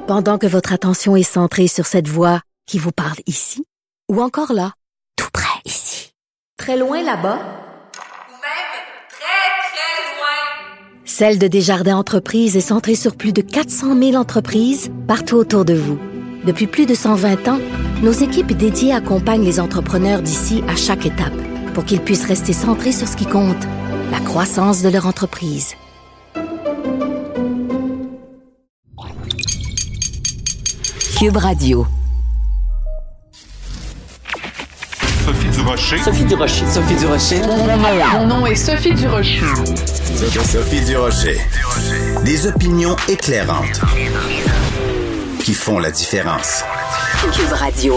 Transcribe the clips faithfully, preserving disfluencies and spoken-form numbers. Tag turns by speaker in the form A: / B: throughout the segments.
A: Pendant que votre attention est centrée sur cette voix qui vous parle ici, ou encore là, tout près ici, très loin là-bas,
B: ou même très, très loin.
A: Celle de Desjardins Entreprises est centrée sur plus de quatre cent mille entreprises partout autour de vous. Depuis plus de cent vingt ans, nos équipes dédiées accompagnent les entrepreneurs d'ici à chaque étape pour qu'ils puissent rester centrés sur ce qui compte, la croissance de leur entreprise. Cube Radio.
C: Sophie Durocher.
D: Sophie Durocher. Sophie Durocher.
E: Mon nom est Sophie Durocher.
F: Sophie Durocher. Des opinions éclairantes qui font la différence.
A: Cube Radio.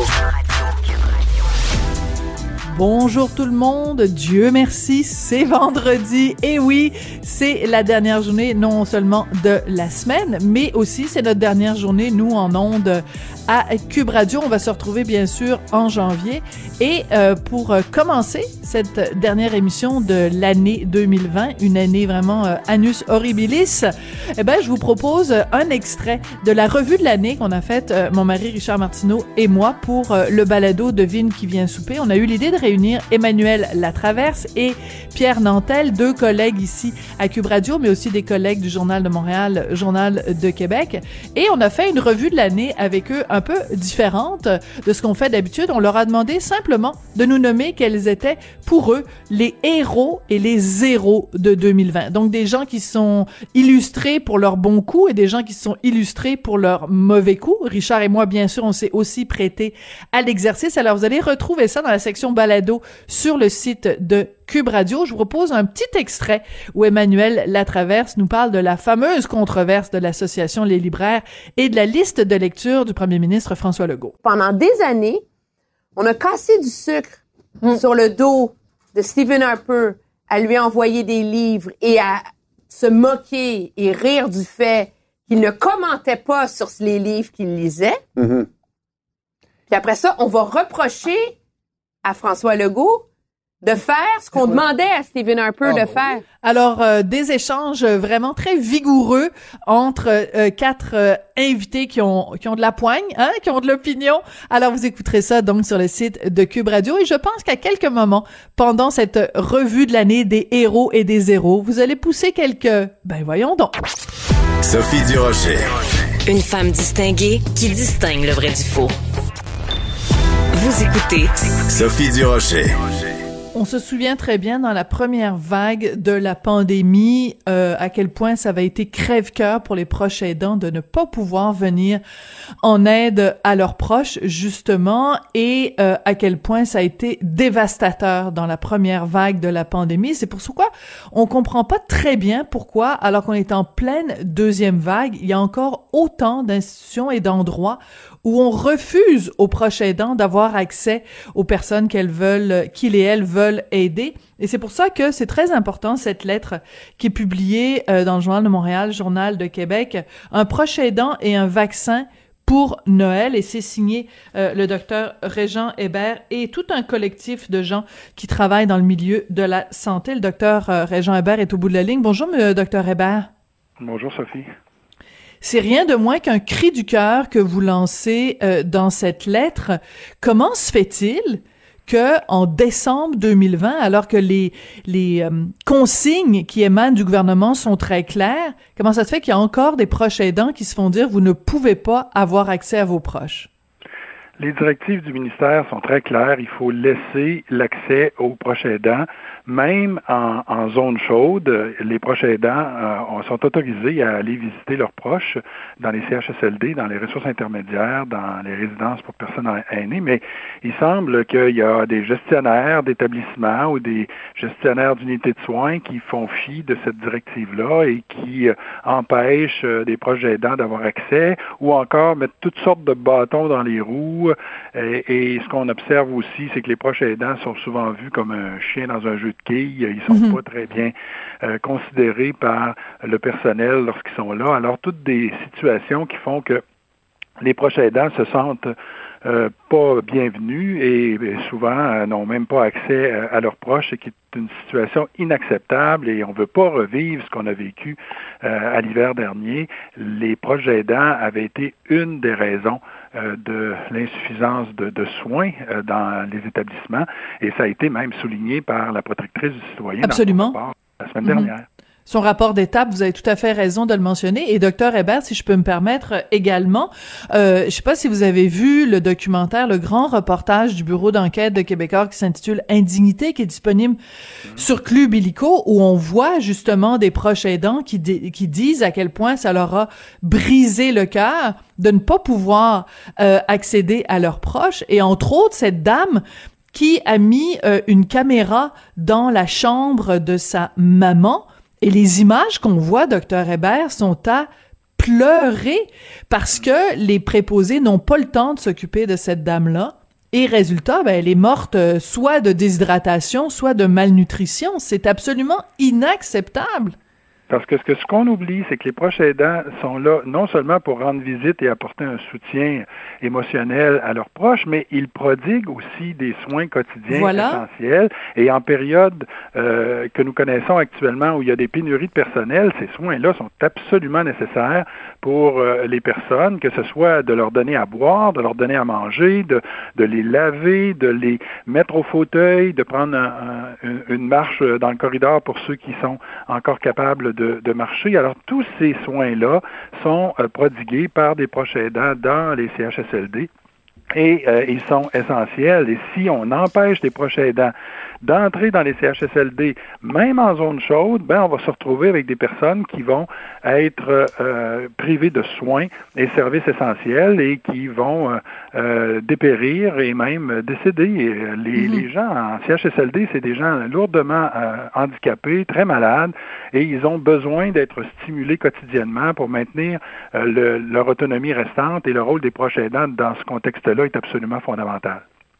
E: Bonjour tout le monde, Dieu merci, c'est vendredi et oui, c'est la dernière journée non seulement de la semaine, mais aussi c'est notre dernière journée, nous en ondes à Cube Radio. On va se retrouver bien sûr en janvier et euh, pour commencer cette dernière émission de l'année deux mille vingt, une année vraiment euh, annus horribilis, eh ben je vous propose un extrait de la revue de l'année qu'on a faite, euh, mon mari Richard Martineau et moi, pour euh, le balado Devine qui vient souper. On a eu l'idée de réunir Emmanuel Latraverse et Pierre Nantel, deux collègues ici à Cube Radio, mais aussi des collègues du Journal de Montréal, Journal de Québec. Et on a fait une revue de l'année avec eux un peu différente de ce qu'on fait d'habitude. On leur a demandé simplement de nous nommer quels étaient pour eux les héros et les zéros de deux mille vingt. Donc des gens qui sont illustrés pour leurs bons coups et des gens qui sont illustrés pour leurs mauvais coups. Richard et moi, bien sûr, on s'est aussi prêtés à l'exercice. Alors vous allez retrouver ça dans la section balado sur le site de Cube Radio. Je vous propose un petit extrait où Emmanuel Latraverse nous parle de la fameuse controverse de l'Association Les Libraires et de la liste de lecture du premier ministre François Legault.
G: Pendant des années, on a cassé du sucre mmh. sur le dos de Stephen Harper à lui envoyer des livres et à se moquer et rire du fait qu'il ne commentait pas sur les livres qu'il lisait. Mmh. Puis après ça, on va reprocher à François Legault de faire ce qu'on demandait à Stephen Harper oh, de faire.
E: Alors, euh, des échanges vraiment très vigoureux entre euh, quatre euh, invités qui ont qui ont de la poigne, hein, qui ont de l'opinion. Alors, vous écouterez ça donc sur le site de Cube Radio. Et je pense qu'à quelques moments, pendant cette revue de l'année des héros et des zéros, vous allez pousser quelques... Ben voyons donc.
F: Sophie Durocher.
A: Une femme distinguée qui distingue le vrai du faux. Vous écoutez
F: Sophie Durocher.
E: On se souvient très bien dans la première vague de la pandémie euh, à quel point ça avait été crève-cœur pour les proches aidants de ne pas pouvoir venir en aide à leurs proches, justement, et euh, à quel point ça a été dévastateur dans la première vague de la pandémie. C'est pour ça quoi on comprend pas très bien pourquoi, alors qu'on est en pleine deuxième vague, il y a encore autant d'institutions et d'endroits où on refuse aux proches aidants d'avoir accès aux personnes qu'elles veulent, qu'ils et elles veulent aider. Et c'est pour ça que c'est très important, cette lettre qui est publiée euh, dans le Journal de Montréal, Journal de Québec, un proche aidant et un vaccin pour Noël, et c'est signé euh, le docteur Régent Hébert et tout un collectif de gens qui travaillent dans le milieu de la santé. Le docteur euh, Régent Hébert est au bout de la ligne. Bonjour, euh, docteur Hébert.
H: Bonjour, Sophie.
E: C'est rien de moins qu'un cri du cœur que vous lancez euh, dans cette lettre. Comment se fait-il que en décembre deux mille vingt, alors que les les euh, consignes qui émanent du gouvernement sont très claires, comment ça se fait qu'il y a encore des proches aidants qui se font dire vous ne pouvez pas avoir accès à vos proches?
H: Les directives du ministère sont très claires. Il faut laisser l'accès aux proches aidants, même en, en zone chaude. Les proches aidants euh, sont autorisés à aller visiter leurs proches dans les C H S L D, dans les ressources intermédiaires, dans les résidences pour personnes aînées. Mais il semble qu'il y a des gestionnaires d'établissements ou des gestionnaires d'unités de soins qui font fi de cette directive-là et qui euh, empêchent euh, des proches aidants d'avoir accès, ou encore mettent toutes sortes de bâtons dans les roues. Et, et ce qu'on observe aussi, c'est que les proches aidants sont souvent vus comme un chien dans un jeu de quilles. Ils sont mm-hmm. pas très bien euh, considérés par le personnel lorsqu'ils sont là. Alors, toutes des situations qui font que les proches aidants se sentent euh, pas bienvenus et, et souvent euh, n'ont même pas accès à, à leurs proches, ce qui est une situation inacceptable et on veut pas revivre ce qu'on a vécu euh, à l'hiver dernier. Les proches aidants avaient été une des raisons euh, de l'insuffisance de, de soins euh, dans les établissements et ça a été même souligné par la protectrice du citoyen
E: Absolument.
H: dans son rapport la semaine
E: Mm-hmm.
H: dernière.
E: Son rapport d'étape, vous avez tout à fait raison de le mentionner. Et docteur Hébert, si je peux me permettre également, euh, je sais pas si vous avez vu le documentaire, le grand reportage du bureau d'enquête de Québécois qui s'intitule Indignité, qui est disponible sur Club Illico, où on voit justement des proches aidants qui, di- qui disent à quel point ça leur a brisé le cœur de ne pas pouvoir euh, accéder à leurs proches. Et entre autres, cette dame qui a mis euh, une caméra dans la chambre de sa maman. Et les images qu'on voit, docteur Hébert, sont à pleurer parce que les préposés n'ont pas le temps de s'occuper de cette dame-là. Et résultat, ben, elle est morte euh, soit de déshydratation, soit de malnutrition. C'est absolument inacceptable.
H: Parce que ce que ce qu'on oublie, c'est que les proches aidants sont là non seulement pour rendre visite et apporter un soutien émotionnel à leurs proches, mais ils prodiguent aussi des soins quotidiens
E: voilà.
H: essentiels. Et en période euh, que nous connaissons actuellement, où il y a des pénuries de personnel, ces soins-là sont absolument nécessaires pour euh, les personnes, que ce soit de leur donner à boire, de leur donner à manger, de, de les laver, de les mettre au fauteuil, de prendre un, un, une marche dans le corridor pour ceux qui sont encore capables De, de marcher. Alors, tous ces soins-là sont euh, prodigués par des proches aidants dans les C H S L D et euh, ils sont essentiels. Et si on empêche les proches aidants d'entrer dans les C H S L D, même en zone chaude, ben on va se retrouver avec des personnes qui vont être euh, privées de soins et services essentiels et qui vont euh, euh, dépérir et même décéder. Et, euh, les, mm-hmm. les gens en C H S L D, c'est des gens lourdement euh, handicapés, très malades, et ils ont besoin d'être stimulés quotidiennement pour maintenir euh, le, leur autonomie restante, et le rôle des proches aidants dans ce contexte-là est absolument fondamental.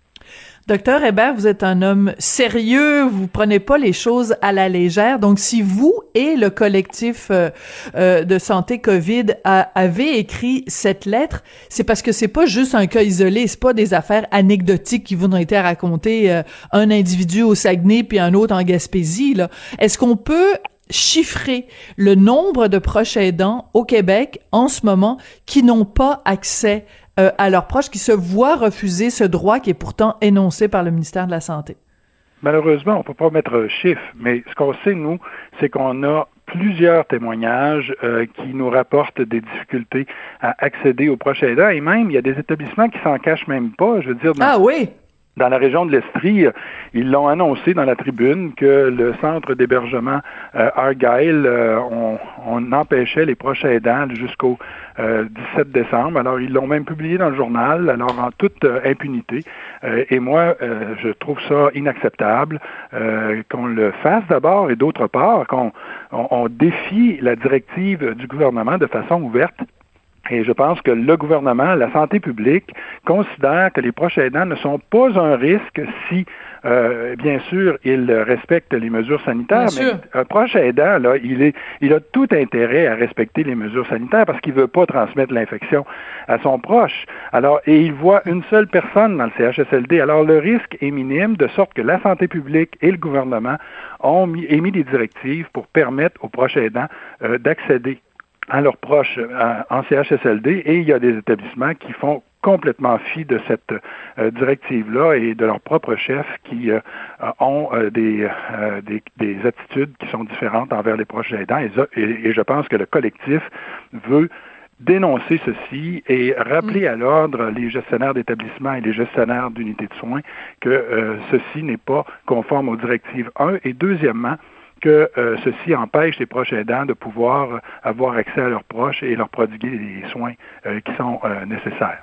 E: Docteur Hébert, vous êtes un homme sérieux, vous prenez pas les choses à la légère. Donc, si vous et le collectif euh, euh, de santé COVID a, avez écrit cette lettre, c'est parce que c'est pas juste un cas isolé, c'est pas des affaires anecdotiques qui vous ont été racontées, euh, un individu au Saguenay puis un autre en Gaspésie, là. Est-ce qu'on peut chiffrer le nombre de proches aidants au Québec en ce moment qui n'ont pas accès Euh, à leurs proches, qui se voient refuser ce droit qui est pourtant énoncé par le ministère de la Santé?
H: Malheureusement, on ne peut pas mettre un chiffre, mais ce qu'on sait, nous, c'est qu'on a plusieurs témoignages euh, qui nous rapportent des difficultés à accéder aux proches aidants, et même, il y a des établissements qui s'en cachent même pas, je veux dire... Dans...
E: Ah oui!
H: Dans la région de l'Estrie, ils l'ont annoncé dans la tribune que le centre d'hébergement euh, Argyle, euh, on, on empêchait les proches aidants jusqu'au euh, dix-sept décembre. Alors, ils l'ont même publié dans le journal, alors en toute euh, impunité. Euh, et moi, euh, je trouve ça inacceptable euh, qu'on le fasse d'abord, et d'autre part, qu'on on, on défie la directive du gouvernement de façon ouverte. Et je pense que le gouvernement, la santé publique, considère que les proches aidants ne sont pas un risque si, euh, bien sûr, ils respectent les mesures sanitaires.
E: Bien
H: mais
E: sûr.
H: un proche aidant, là, il est, il a tout intérêt à respecter les mesures sanitaires parce qu'il veut pas transmettre l'infection à son proche. Alors, et il voit une seule personne dans le C H S L D. Alors, le risque est minime, de sorte que la santé publique et le gouvernement ont mis, émis des directives pour permettre aux proches aidants euh, d'accéder à leurs proches en C H S L D, et il y a des établissements qui font complètement fi de cette euh, directive-là et de leurs propres chefs qui euh, ont euh, des, euh, des, des attitudes qui sont différentes envers les proches aidants. Et, et, et je pense que le collectif veut dénoncer ceci et rappeler mmh. à l'ordre les gestionnaires d'établissements et les gestionnaires d'unités de soins que euh, ceci n'est pas conforme aux directives un, et deuxièmement, que euh, ceci empêche les proches aidants de pouvoir euh, avoir accès à leurs proches et leur prodiguer les soins euh, qui sont euh, nécessaires.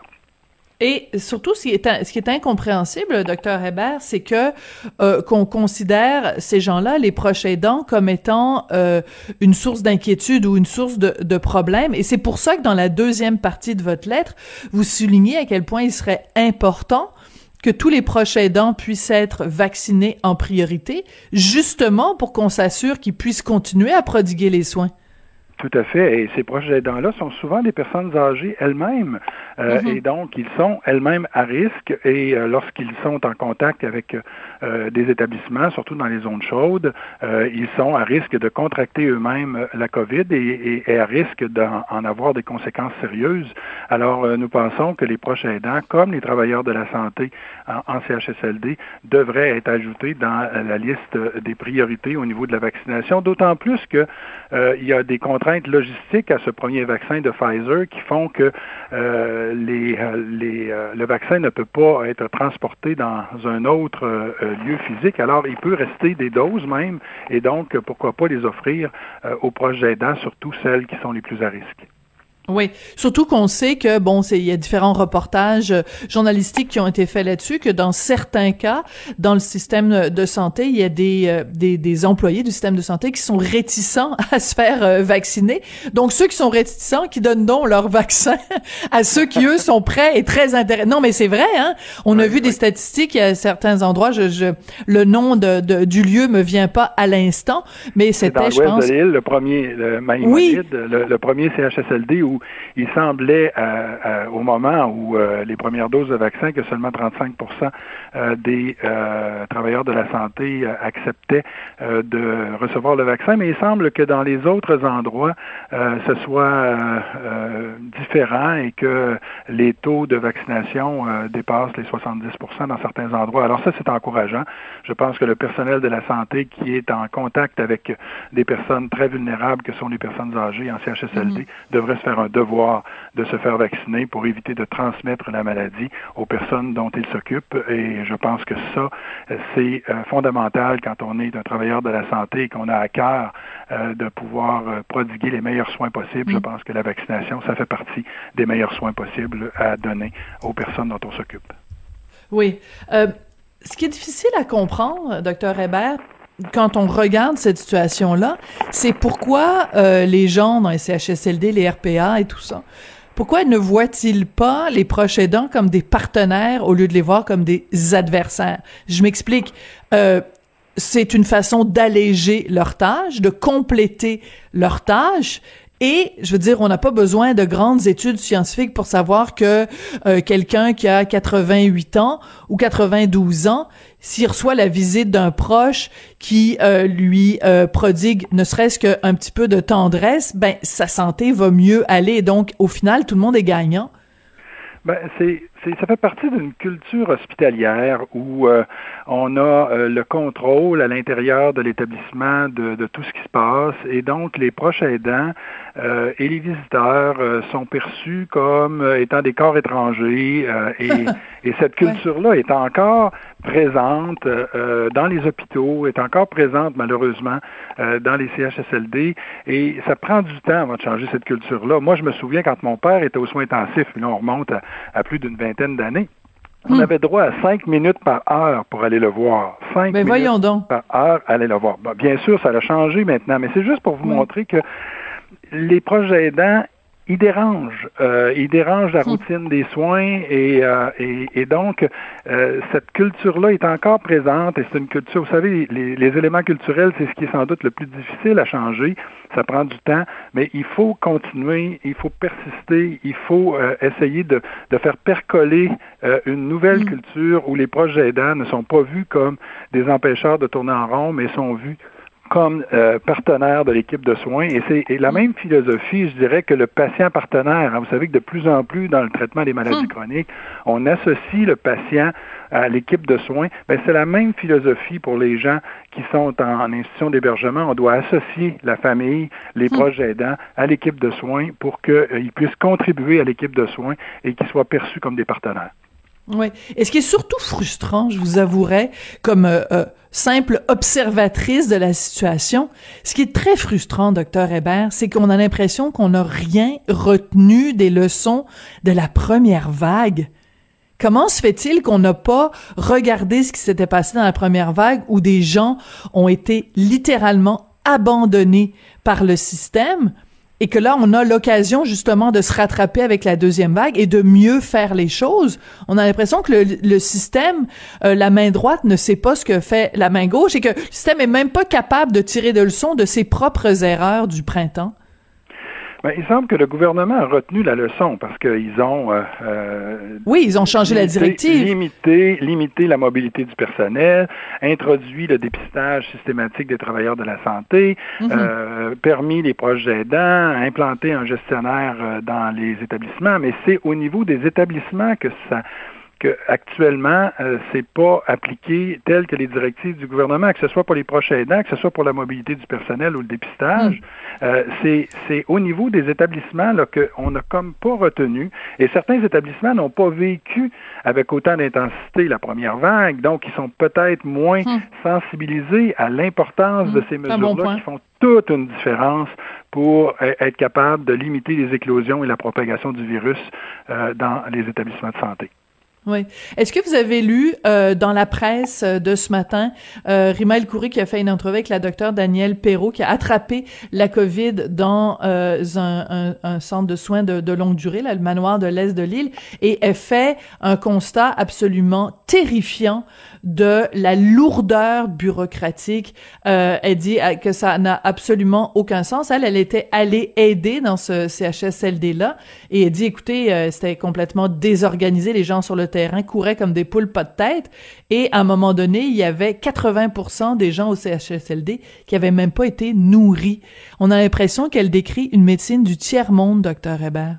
E: Et surtout, ce qui est, ce qui est incompréhensible, docteur Hébert, c'est que euh, qu'on considère ces gens-là, les proches aidants, comme étant euh, une source d'inquiétude ou une source de, de problème. Et c'est pour ça que dans la deuxième partie de votre lettre, vous soulignez à quel point il serait important que tous les proches aidants puissent être vaccinés en priorité, justement pour qu'on s'assure qu'ils puissent continuer à prodiguer les soins.
H: Tout à fait. Et ces proches aidants-là sont souvent des personnes âgées elles-mêmes. Euh, mm-hmm. Et donc, ils sont elles-mêmes à risque. Et euh, lorsqu'ils sont en contact avec euh, des établissements, surtout dans les zones chaudes, euh, ils sont à risque de contracter eux-mêmes la COVID et, et, et à risque d'en en avoir des conséquences sérieuses. Alors, euh, nous pensons que les proches aidants, comme les travailleurs de la santé en, en C H S L D, devraient être ajoutés dans la liste des priorités au niveau de la vaccination, d'autant plus que euh, il y a des contraintes logistiques à ce premier vaccin de Pfizer qui font que euh, les, les, euh, le vaccin ne peut pas être transporté dans un autre euh, lieu physique. Alors, il peut rester des doses même, et donc, pourquoi pas les offrir euh, aux proches aidants, surtout celles qui sont les plus à risque.
E: Oui, surtout qu'on sait que bon, c'est il y a différents reportages euh, journalistiques qui ont été faits là-dessus, que dans certains cas, dans le système de santé, il y a des euh, des, des employés du système de santé qui sont réticents à se faire euh, vacciner. Donc ceux qui sont réticents, qui donnent donc leur vaccin à ceux qui eux sont prêts et très intéressés. Non, mais c'est vrai, hein. On oui, a vu oui. des statistiques à certains endroits. Je, je le nom de, de du lieu me vient pas à l'instant, mais c'était, je pense,
H: de l'île, le premier, le Maïmonide, oui. le, le premier C H S L D où il semblait, euh, euh, au moment où euh, les premières doses de vaccin, que seulement trente-cinq pour cent euh, des euh, travailleurs de la santé euh, acceptaient euh, de recevoir le vaccin, mais il semble que dans les autres endroits, euh, ce soit euh, euh, différent et que les taux de vaccination euh, dépassent les soixante-dix pour cent dans certains endroits. Alors ça, c'est encourageant. Je pense que le personnel de la santé qui est en contact avec des personnes très vulnérables, que sont les personnes âgées en C H S L D, mm-hmm. devrait se faire un devoir de se faire vacciner pour éviter de transmettre la maladie aux personnes dont ils s'occupent. Et je pense que ça, c'est euh, fondamental quand on est un travailleur de la santé et qu'on a à cœur euh, de pouvoir euh, prodiguer les meilleurs soins possibles. Mm. Je pense que la vaccination, ça fait partie des meilleurs soins possibles à donner aux personnes dont on s'occupe.
E: Oui. Euh, ce qui est difficile à comprendre, docteur Hébert, quand on regarde cette situation-là, c'est pourquoi euh, les gens dans les C H S L D, les R P A et tout ça, pourquoi ne voient-ils pas les proches aidants comme des partenaires au lieu de les voir comme des adversaires? Je m'explique. Euh, c'est une façon d'alléger leur tâche, de compléter leur tâche. Et, je veux dire, on n'a pas besoin de grandes études scientifiques pour savoir que euh, quelqu'un qui a quatre-vingt-huit ans ou quatre-vingt-douze ans, s'il reçoit la visite d'un proche qui euh, lui euh, prodigue ne serait-ce qu'un petit peu de tendresse, ben sa santé va mieux aller. Donc, au final, tout le monde est gagnant.
H: Ben, c'est, c'est, ça fait partie d'une culture hospitalière où euh, on a euh, le contrôle à l'intérieur de l'établissement de, de tout ce qui se passe, et donc les proches aidants euh, et les visiteurs euh, sont perçus comme euh, étant des corps étrangers, euh, et, et cette culture-là ouais. est encore présente euh, dans les hôpitaux, est encore présente malheureusement euh, dans les C H S L D, et ça prend du temps avant de changer cette culture-là. Moi, je me souviens quand mon père était aux soins intensifs, puis là on remonte à, à plus d'une vingtaine d'années, on mmh. avait droit à cinq minutes par heure pour aller le voir. Cinq
E: mais
H: minutes
E: voyons donc.
H: par heure aller le voir. Bon, bien sûr, ça a changé maintenant, mais c'est juste pour vous mmh. montrer que les proches aidants, ils dérangent. Euh, ils dérangent la routine des soins et, euh, et, et donc, euh, cette culture-là est encore présente et c'est une culture, vous savez, les, les éléments culturels, c'est ce qui est sans doute le plus difficile à changer. Ça prend du temps, mais il faut continuer, il faut persister, il faut euh, essayer de, de faire percoler euh, une nouvelle mmh. culture où les proches aidants ne sont pas vus comme des empêcheurs de tourner en rond, mais sont vus comme euh, partenaire de l'équipe de soins. Et c'est et la même philosophie, je dirais, que le patient partenaire. Hein. Vous savez que de plus en plus, dans le traitement des maladies hum. chroniques, on associe le patient à l'équipe de soins. Bien, c'est la même philosophie pour les gens qui sont en, en institution d'hébergement. On doit associer la famille, les hum. proches aidants, à l'équipe de soins pour qu'ils euh, puissent contribuer à l'équipe de soins et qu'ils soient perçus comme des partenaires.
E: Oui. Et ce qui est surtout frustrant, je vous avouerai, comme euh, euh, simple observatrice de la situation, ce qui est très frustrant, docteur Hébert, c'est qu'on a l'impression qu'on n'a rien retenu des leçons de la première vague. Comment se fait-il qu'on n'a pas regardé ce qui s'était passé dans la première vague où des gens ont été littéralement abandonnés par le système? Et que là, on a l'occasion justement de se rattraper avec la deuxième vague et de mieux faire les choses. On a l'impression que le, le système, euh, la main droite ne sait pas ce que fait la main gauche et que le système est même pas capable de tirer de leçons de ses propres erreurs du printemps.
H: Ben, il semble que le gouvernement a retenu la leçon parce qu'ils ont... Euh, euh,
E: oui, ils ont changé
H: limité,
E: la directive.
H: Limité, limité la mobilité du personnel, introduit le dépistage systématique des travailleurs de la santé, mm-hmm. euh, permis les proches aidants, implanté un gestionnaire euh, dans les établissements, mais c'est au niveau des établissements que ça... que actuellement, euh, c'est pas appliqué tel que les directives du gouvernement, que ce soit pour les proches aidants, que ce soit pour la mobilité du personnel ou le dépistage. Mm. Euh, c'est, c'est au niveau des établissements là, qu'on n'a comme pas retenu. Et certains établissements n'ont pas vécu avec autant d'intensité la première vague, donc ils sont peut-être moins mm. sensibilisés à l'importance mm. de ces mesures-là bon qui font toute une différence pour être capable de limiter les éclosions et la propagation du virus euh, dans les établissements de santé.
E: Oui. Est-ce que vous avez lu euh, dans la presse euh, de ce matin euh, Rima El-Khoury qui a fait une entrevue avec la docteure Danielle Perrault qui a attrapé la COVID dans euh, un, un, un centre de soins de, de longue durée, là, le manoir de l'Est de l'île, et elle fait un constat absolument terrifiant de la lourdeur bureaucratique. Euh, elle dit que ça n'a absolument aucun sens. Elle, elle était allée aider dans ce C H S L D-là et elle dit, écoutez, euh, c'était complètement désorganisé. Les gens sur le terrain couraient comme des poules pas de tête. Et à un moment donné, il y avait quatre-vingts pour cent des gens au C H S L D qui avaient même pas été nourris. On a l'impression qu'elle décrit une médecine du tiers-monde, docteur Hébert.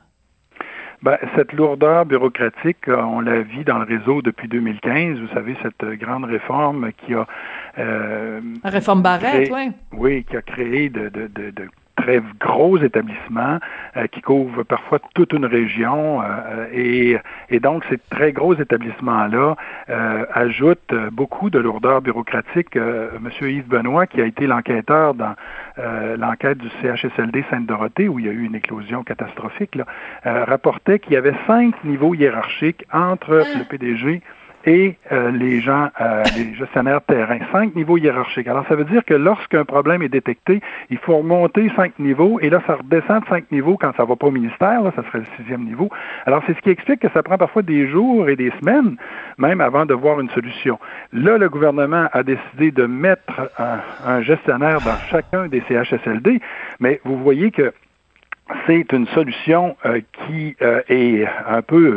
H: Ben, cette lourdeur bureaucratique, on la vit dans le réseau depuis deux mille quinze. Vous savez, cette grande réforme qui a... Euh,
E: La réforme Barrette, oui.
H: Oui, qui a créé de... de, de, de très gros établissements euh, qui couvrent parfois toute une région euh, et, et donc ces très gros établissements-là euh, ajoutent beaucoup de lourdeur bureaucratique. Euh, Monsieur Yves Benoît, qui a été l'enquêteur dans euh, l'enquête du C H S L D Sainte-Dorothée, où il y a eu une éclosion catastrophique, là, euh, rapportait qu'il y avait cinq niveaux hiérarchiques entre le P D G et euh, les gens, euh, les gestionnaires de terrain. Cinq niveaux hiérarchiques. Alors, ça veut dire que lorsqu'un problème est détecté, il faut remonter cinq niveaux, et là, ça redescend de cinq niveaux quand ça va pas au ministère, là, ça serait le sixième niveau. Alors, c'est ce qui explique que ça prend parfois des jours et des semaines, même avant de voir une solution. Là, le gouvernement a décidé de mettre un, un gestionnaire dans chacun des C H S L D, mais vous voyez que c'est une solution euh, qui euh, est un peu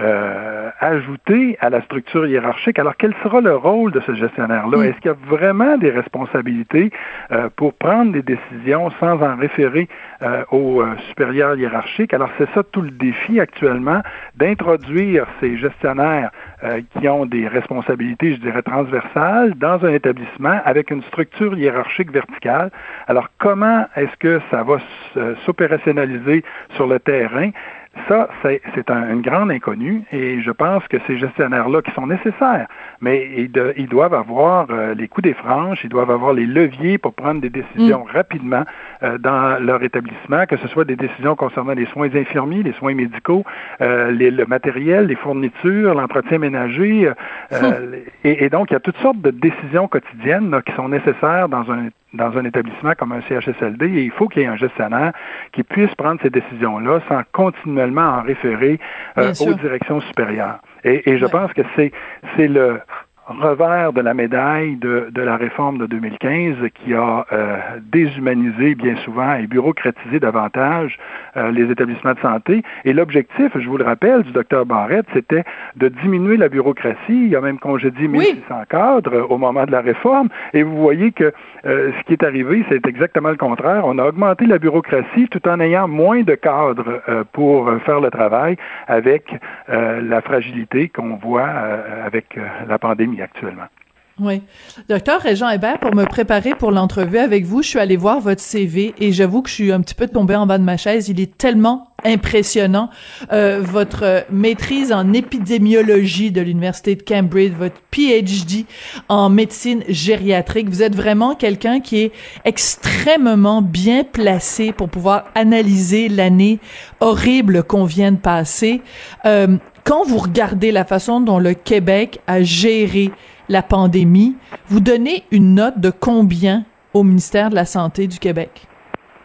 H: euh, ajoutée à la structure hiérarchique. Alors, quel sera le rôle de ce gestionnaire-là? Mm. Est-ce qu'il y a vraiment des responsabilités euh, pour prendre des décisions sans en référer euh, aux euh, supérieurs hiérarchiques? Alors, c'est ça tout le défi actuellement, d'introduire ces gestionnaires euh, qui ont des responsabilités, je dirais, transversales dans un établissement avec une structure hiérarchique verticale. Alors, comment est-ce que ça va s'opérationnaliser sur le terrain? Ça, c'est, c'est un, une grande inconnue et je pense que ces gestionnaires-là qui sont nécessaires, mais ils, de, ils doivent avoir euh, les coups des franches, ils doivent avoir les leviers pour prendre des décisions mmh. rapidement euh, dans leur établissement, que ce soit des décisions concernant les soins infirmiers, les soins médicaux, euh, les, le matériel, les fournitures, l'entretien ménager. Euh, mmh. et, et donc, il y a toutes sortes de décisions quotidiennes là, qui sont nécessaires dans un dans un établissement comme un C H S L D, et il faut qu'il y ait un gestionnaire qui puisse prendre ces décisions-là sans continuellement en référer euh, aux directions supérieures. Et, et je ouais. pense que c'est c'est le revers de la médaille de, de la réforme de deux mille quinze qui a euh, déshumanisé bien souvent et bureaucratisé davantage euh, les établissements de santé. Et l'objectif, je vous le rappelle, du docteur Barrette, c'était de diminuer la bureaucratie. Il y a même congédié mille six cents oui. cadres au moment de la réforme. Et vous voyez que euh, ce qui est arrivé, c'est exactement le contraire. On a augmenté la bureaucratie tout en ayant moins de cadres euh, pour faire le travail avec euh, la fragilité qu'on voit euh, avec euh, la pandémie actuellement.
E: Oui. Docteur Régent Hébert, pour me préparer pour l'entrevue avec vous, je suis allée voir votre C V et j'avoue que je suis un petit peu tombée en bas de ma chaise. Il est tellement impressionnant. Euh, votre maîtrise en épidémiologie de l'Université de Cambridge, votre P H D en médecine gériatrique. Vous êtes vraiment quelqu'un qui est extrêmement bien placé pour pouvoir analyser l'année horrible qu'on vient de passer. Euh, quand vous regardez la façon dont le Québec a géré la pandémie, vous donnez une note de combien au ministère de la Santé du Québec?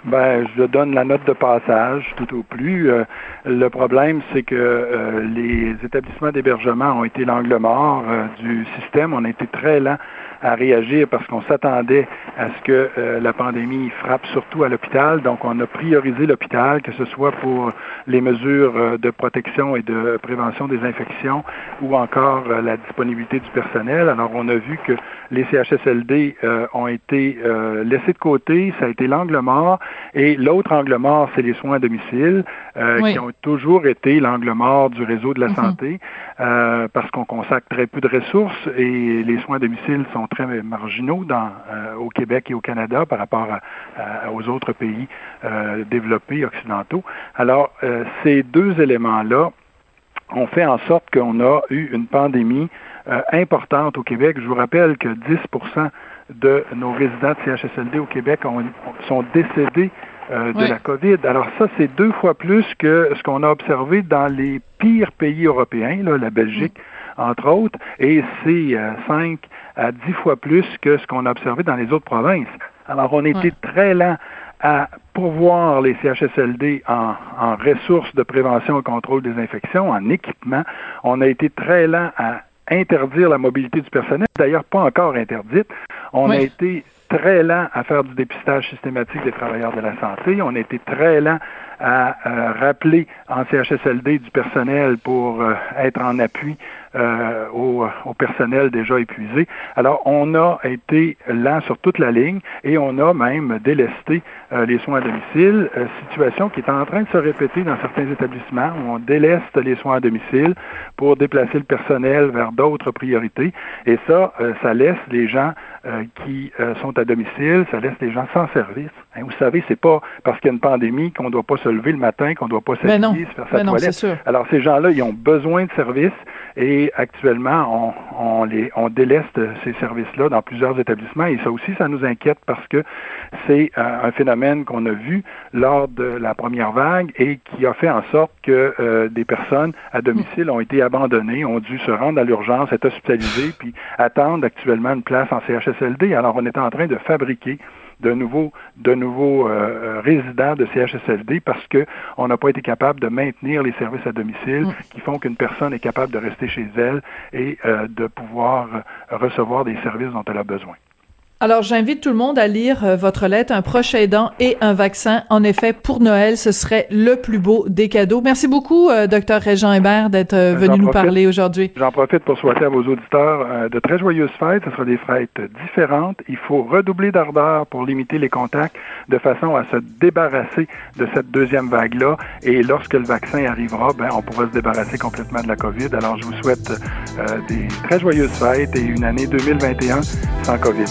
H: Ben, je donne la note de passage, tout au plus. Euh, le problème, c'est que euh, les établissements d'hébergement ont été l'angle mort euh, du système. On a été très lent à réagir parce qu'on s'attendait à ce que euh, la pandémie frappe surtout à l'hôpital. Donc, on a priorisé l'hôpital, que ce soit pour les mesures euh, de protection et de prévention des infections ou encore euh, la disponibilité du personnel. Alors, on a vu que les C H S L D euh, ont été euh, laissés de côté. Ça a été l'angle mort. Et l'autre angle mort, c'est les soins à domicile, euh, oui. qui ont toujours été l'angle mort du réseau de la mm-hmm. santé, euh, parce qu'on consacre très peu de ressources et les soins à domicile sont très marginaux dans, euh, au Québec et au Canada par rapport à, à, aux autres pays euh, développés occidentaux. Alors, euh, ces deux éléments-là ont fait en sorte qu'on a eu une pandémie euh, importante au Québec. Je vous rappelle que dix pour cent de nos résidents de C H S L D au Québec ont, sont décédés euh, de oui. la COVID. Alors ça, c'est deux fois plus que ce qu'on a observé dans les pires pays européens, là, la Belgique, mmh. entre autres, et c'est euh, cinq à dix fois plus que ce qu'on a observé dans les autres provinces. Alors, on a été ouais. très lent à pourvoir les C H S L D en, en ressources de prévention et contrôle des infections, en équipement. On a été très lent à interdire la mobilité du personnel, d'ailleurs pas encore interdite. On oui. a été très lent à faire du dépistage systématique des travailleurs de la santé. On a été très lent à euh, rappeler en C H S L D du personnel pour euh, être en appui euh, au, au personnel déjà épuisé. Alors, on a été lent sur toute la ligne et on a même délesté euh, les soins à domicile, euh, situation qui est en train de se répéter dans certains établissements où on déleste les soins à domicile pour déplacer le personnel vers d'autres priorités. Et ça, euh, ça laisse les gens euh, qui euh, sont à domicile, ça laisse les gens sans service. Hein, vous savez, c'est pas parce qu'il y a une pandémie qu'on ne doit pas se lever le matin, qu'on ne doit pas s'habiller, se faire sa
E: non,
H: toilette. Alors, ces gens-là, ils ont besoin de services et actuellement, on, on, les, on déleste ces services-là dans plusieurs établissements et ça aussi, ça nous inquiète parce que c'est euh, un phénomène qu'on a vu lors de la première vague et qui a fait en sorte que euh, des personnes à domicile ont été abandonnées, ont dû se rendre à l'urgence, être hospitalisées, puis attendre actuellement une place en C H S L D. Alors, on est en train de fabriquer de nouveaux, de nouveaux euh, résidents de C H S L D parce que on n'a pas été capable de maintenir les services à domicile mmh. qui font qu'une personne est capable de rester chez elle et euh, de pouvoir euh, recevoir des services dont elle a besoin.
E: Alors, j'invite tout le monde à lire euh, votre lettre, un proche aidant et un vaccin. En effet, pour Noël, ce serait le plus beau des cadeaux. Merci beaucoup, euh, Dr Régent Hébert, d'être euh, venu nous parler aujourd'hui.
H: J'en profite pour souhaiter à vos auditeurs euh, de très joyeuses fêtes. Ce sera des fêtes différentes. Il faut redoubler d'ardeur pour limiter les contacts de façon à se débarrasser de cette deuxième vague-là. Et lorsque le vaccin arrivera, ben, on pourra se débarrasser complètement de la COVID. Alors, je vous souhaite euh, des très joyeuses fêtes et une année deux mille vingt et un sans COVID.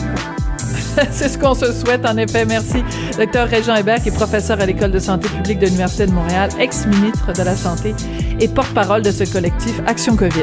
E: C'est ce qu'on se souhaite, en effet. Merci. Docteur Régent Hébert, qui est professeur à l'École de santé publique de l'Université de Montréal, ex-ministre de la Santé et porte-parole de ce collectif Action COVID.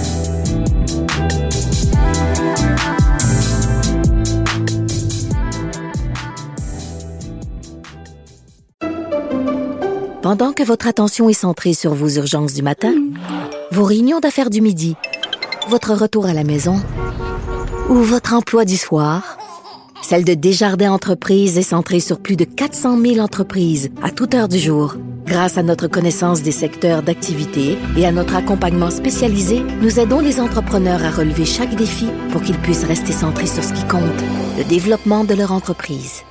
A: Pendant que votre attention est centrée sur vos urgences du matin, vos réunions d'affaires du midi, votre retour à la maison ou votre emploi du soir, celle de Desjardins Entreprises est centrée sur plus de quatre cent mille entreprises à toute heure du jour. Grâce à notre connaissance des secteurs d'activité et à notre accompagnement spécialisé, nous aidons les entrepreneurs à relever chaque défi pour qu'ils puissent rester centrés sur ce qui compte, le développement de leur entreprise.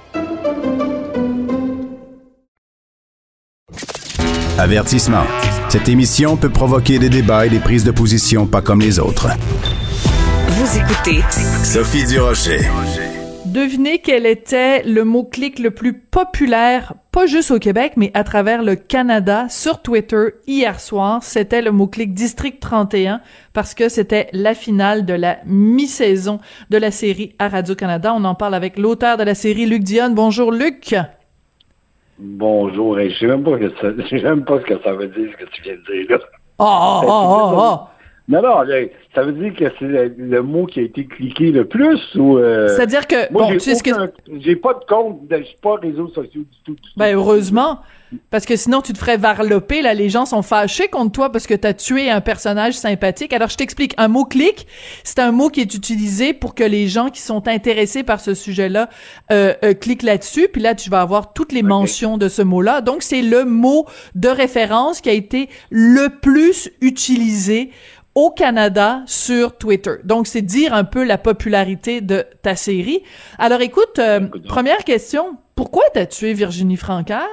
F: Avertissement. Cette émission peut provoquer des débats et des prises de position pas comme les autres.
B: Vous écoutez
F: Sophie Durocher.
E: Devinez quel était le mot-clic le plus populaire, pas juste au Québec, mais à travers le Canada, sur Twitter, hier soir. C'était le mot-clic District trente et un, parce que c'était la finale de la mi-saison de la série à Radio-Canada. On en parle avec l'auteur de la série, Luc Dionne. Bonjour, Luc.
D: Bonjour. Je sais même pas, que ça, je sais même pas ce que ça veut dire, ce que tu viens de dire là.
E: Oh, oh, oh, oh, oh.
D: Non, non, ça veut dire que c'est le, le mot qui a été cliqué le plus ou... Euh...
E: C'est-à-dire que...
D: Moi,
E: bon,
D: j'ai,
E: tu sais ce
D: aucun...
E: que...
D: j'ai pas de compte, je suis pas réseaux sociaux du tout. Du tout.
E: Ben, heureusement, parce que sinon, tu te ferais varloper, là, les gens sont fâchés contre toi parce que t'as tué un personnage sympathique. Alors, je t'explique, un mot clic, c'est un mot qui est utilisé pour que les gens qui sont intéressés par ce sujet-là euh, euh, cliquent là-dessus, puis là, tu vas avoir toutes les okay. mentions de ce mot-là. Donc, c'est le mot de référence qui a été le plus utilisé au Canada sur Twitter. Donc, c'est dire un peu la popularité de ta série. Alors, écoute, euh, première question, pourquoi t'as tué Virginie Francoeur?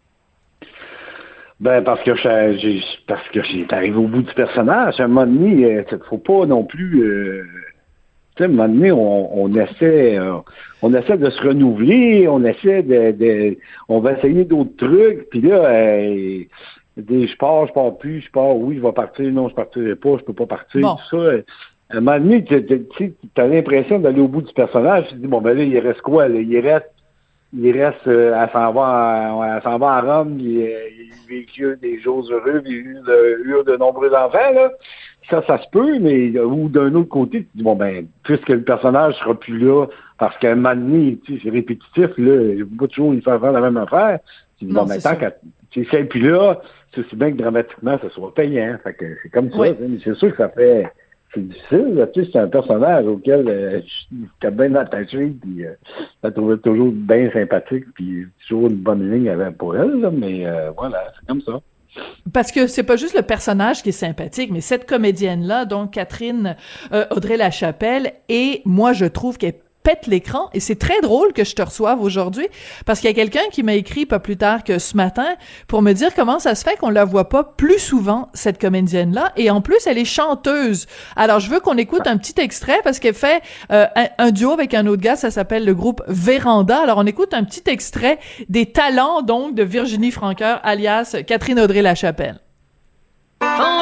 D: Ben, parce que je, j'ai, parce que j'ai arrivé au bout du personnage. À un moment donné, il euh, faut pas non plus... Euh, tu sais, à un moment donné, on, on essaie euh, on essaie de se renouveler, on essaie de... de on va essayer d'autres trucs, puis là... Euh, Des, je pars, je pars plus, je pars, oui, je vais partir, non, je partirai pas, je peux pas partir, bon. Tout ça. À un moment donné, tu as l'impression d'aller au bout du personnage, tu te dis, bon, ben là, il reste quoi, là? Il reste, il reste, euh, elle s'en va, à, elle s'en va à Rome, il, il vécu des jours heureux, il eu de, eu de nombreux enfants, là. Ça, ça se peut, mais, ou d'un autre côté, tu te dis, bon, ben, puisque le personnage sera plus là, parce qu'à un moment donné, tu sais, c'est répétitif, là, je peux pas toujours lui faire faire la même affaire. Tu dis, non, bon, ben, tant qu'à, tu sais, puis là, c'est aussi bien que dramatiquement, ça soit payant. Fait que c'est comme ça. Oui. Mais c'est sûr que ça fait... C'est difficile. Là. Tu sais, c'est un personnage auquel euh, j'étais bien attaché, puis euh, je la trouvais toujours bien sympathique, puis toujours une bonne ligne pour elle. Là, mais euh, voilà, c'est comme ça.
E: Parce que c'est pas juste le personnage qui est sympathique, mais cette comédienne-là, donc Catherine euh, Audrey-Lachapelle, et moi, je trouve qu'elle pète l'écran, et c'est très drôle que je te reçoive aujourd'hui, parce qu'il y a quelqu'un qui m'a écrit pas plus tard que ce matin pour me dire comment ça se fait qu'on la voit pas plus souvent, cette comédienne-là, et en plus, elle est chanteuse. Alors, je veux qu'on écoute un petit extrait, parce qu'elle fait euh, un, un duo avec un autre gars, ça s'appelle le groupe Véranda. Alors, on écoute un petit extrait des talents, donc, de Virginie Francoeur, alias Catherine Audrey-Lachapelle.
I: On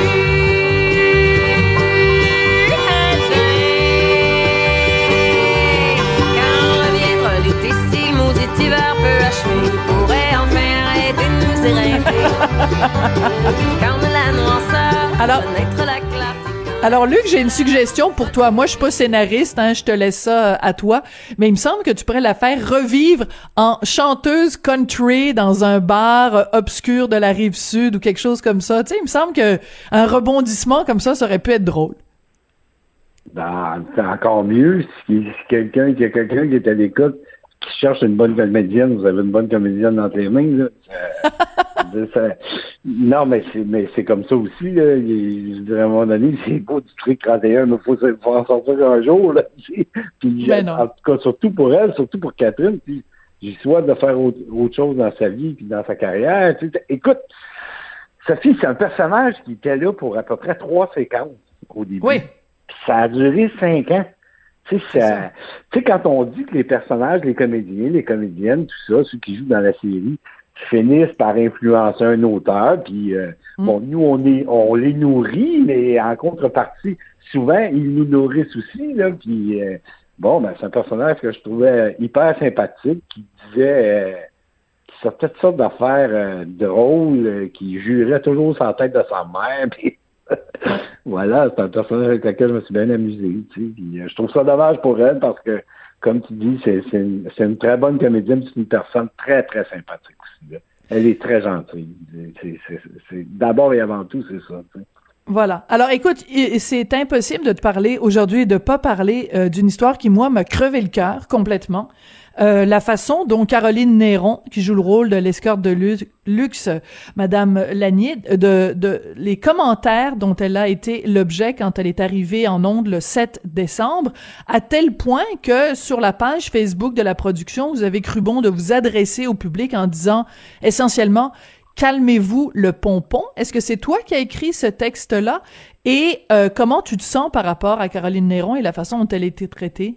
E: Alors, alors Luc, j'ai une suggestion pour toi. Moi, je suis pas scénariste, hein, je te laisse ça à toi, mais il me semble que tu pourrais la faire revivre en chanteuse country dans un bar obscur de la Rive-Sud ou quelque chose comme ça. Tu sais, il me semble que un rebondissement comme ça, ça aurait pu être drôle.
D: Ben, c'est encore mieux si, si quelqu'un, qu'il y a quelqu'un qui est à l'écoute, qui cherche une bonne comédienne, vous avez une bonne comédienne dans tes mains, là. Ça, ça, non, mais c'est, mais c'est comme ça aussi, là. Il, je dirais à un moment donné, c'est beau du truc trente et un, mais il faut, faut en sortir un jour, là. Puis,
E: ben non.
D: En tout cas, surtout pour elle, surtout pour Catherine, puis j'ai souhaite de faire autre, autre chose dans sa vie puis dans sa carrière. Tu sais, écoute, Sophie, c'est un personnage qui était là pour à peu près trois séquences au début.
E: Oui.
D: Puis ça a duré cinq ans. Tu sais, ça, tu sais, quand on dit que les personnages, les comédiens, les comédiennes, tout ça, ceux qui jouent dans la série, finissent par influencer un auteur, puis euh, mm. bon, nous, on est, on les nourrit, mais en contrepartie, souvent, ils nous nourrissent aussi, là, puis euh, bon, ben, c'est un personnage que je trouvais hyper sympathique, qui disait, euh, qui sortait toutes sortes d'affaires euh, drôles, euh, qui jurait toujours sur la tête de sa mère, puis voilà, c'est un personnage avec lequel je me suis bien amusé. Tu sais. Puis, euh, je trouve ça dommage pour elle parce que, comme tu dis, c'est, c'est, une, c'est une très bonne comédienne, c'est une personne très, très sympathique aussi. Là. Elle est très gentille. C'est, c'est, c'est, c'est, d'abord et avant tout, c'est ça. Tu sais.
E: Voilà. Alors, écoute, c'est impossible de te parler aujourd'hui et de pas parler euh, d'une histoire qui, moi, m'a crevé le cœur complètement. Euh, la façon dont Caroline Néron, qui joue le rôle de l'escorte de luxe, Madame Lanier, de, de les commentaires dont elle a été l'objet quand elle est arrivée en ondes le sept décembre, à tel point que sur la page Facebook de la production, vous avez cru bon de vous adresser au public en disant essentiellement « Calmez-vous le pompon ». Est-ce que c'est toi qui as écrit ce texte-là? Et euh, comment tu te sens par rapport à Caroline Néron et la façon dont elle a été traitée?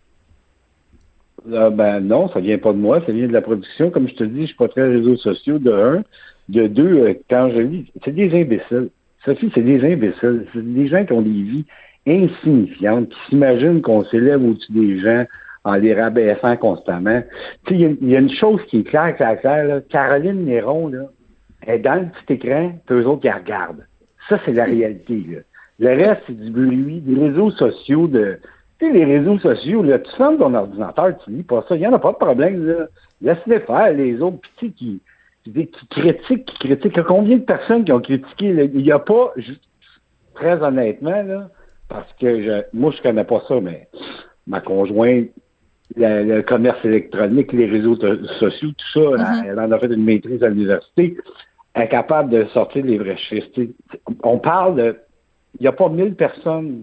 D: Euh, ben non, ça vient pas de moi, ça vient de la production. Comme je te dis, je suis pas très réseaux sociaux, de un. De deux, euh, quand je lis, c'est des imbéciles. Sophie, c'est des imbéciles. C'est des gens qui ont des vies insignifiantes, qui s'imaginent qu'on s'élève au-dessus des gens en les rabaissant constamment. Tu sais, il y, y a une chose qui est claire, claire, claire, là. Caroline Néron, là, elle est dans le petit écran, puis eux autres, qui la regardent. Ça, c'est la réalité, là. Le reste, c'est du bruit, des réseaux sociaux de... Tu sais, les réseaux sociaux, là, tu fermes ton ordinateur, tu lis pas ça, il n'y en a pas de problème, là. Laisse-les faire, les autres, puis tu sais, qui, qui, qui critiquent, qui critiquent. Il y a combien de personnes qui ont critiqué, là? Il n'y a pas, juste, très honnêtement, là, parce que je, moi, je connais pas ça, mais ma conjointe, le, le commerce électronique, les réseaux t- sociaux, tout ça, mm-hmm. elle, elle en a fait une maîtrise à l'université, elle est capable de sortir les vrais chiffres. Tu sais, on parle de... Il n'y a pas mille personnes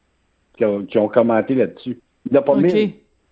D: qui ont, qui ont commenté là-dessus. Il n'y a pas
E: okay.
D: mille.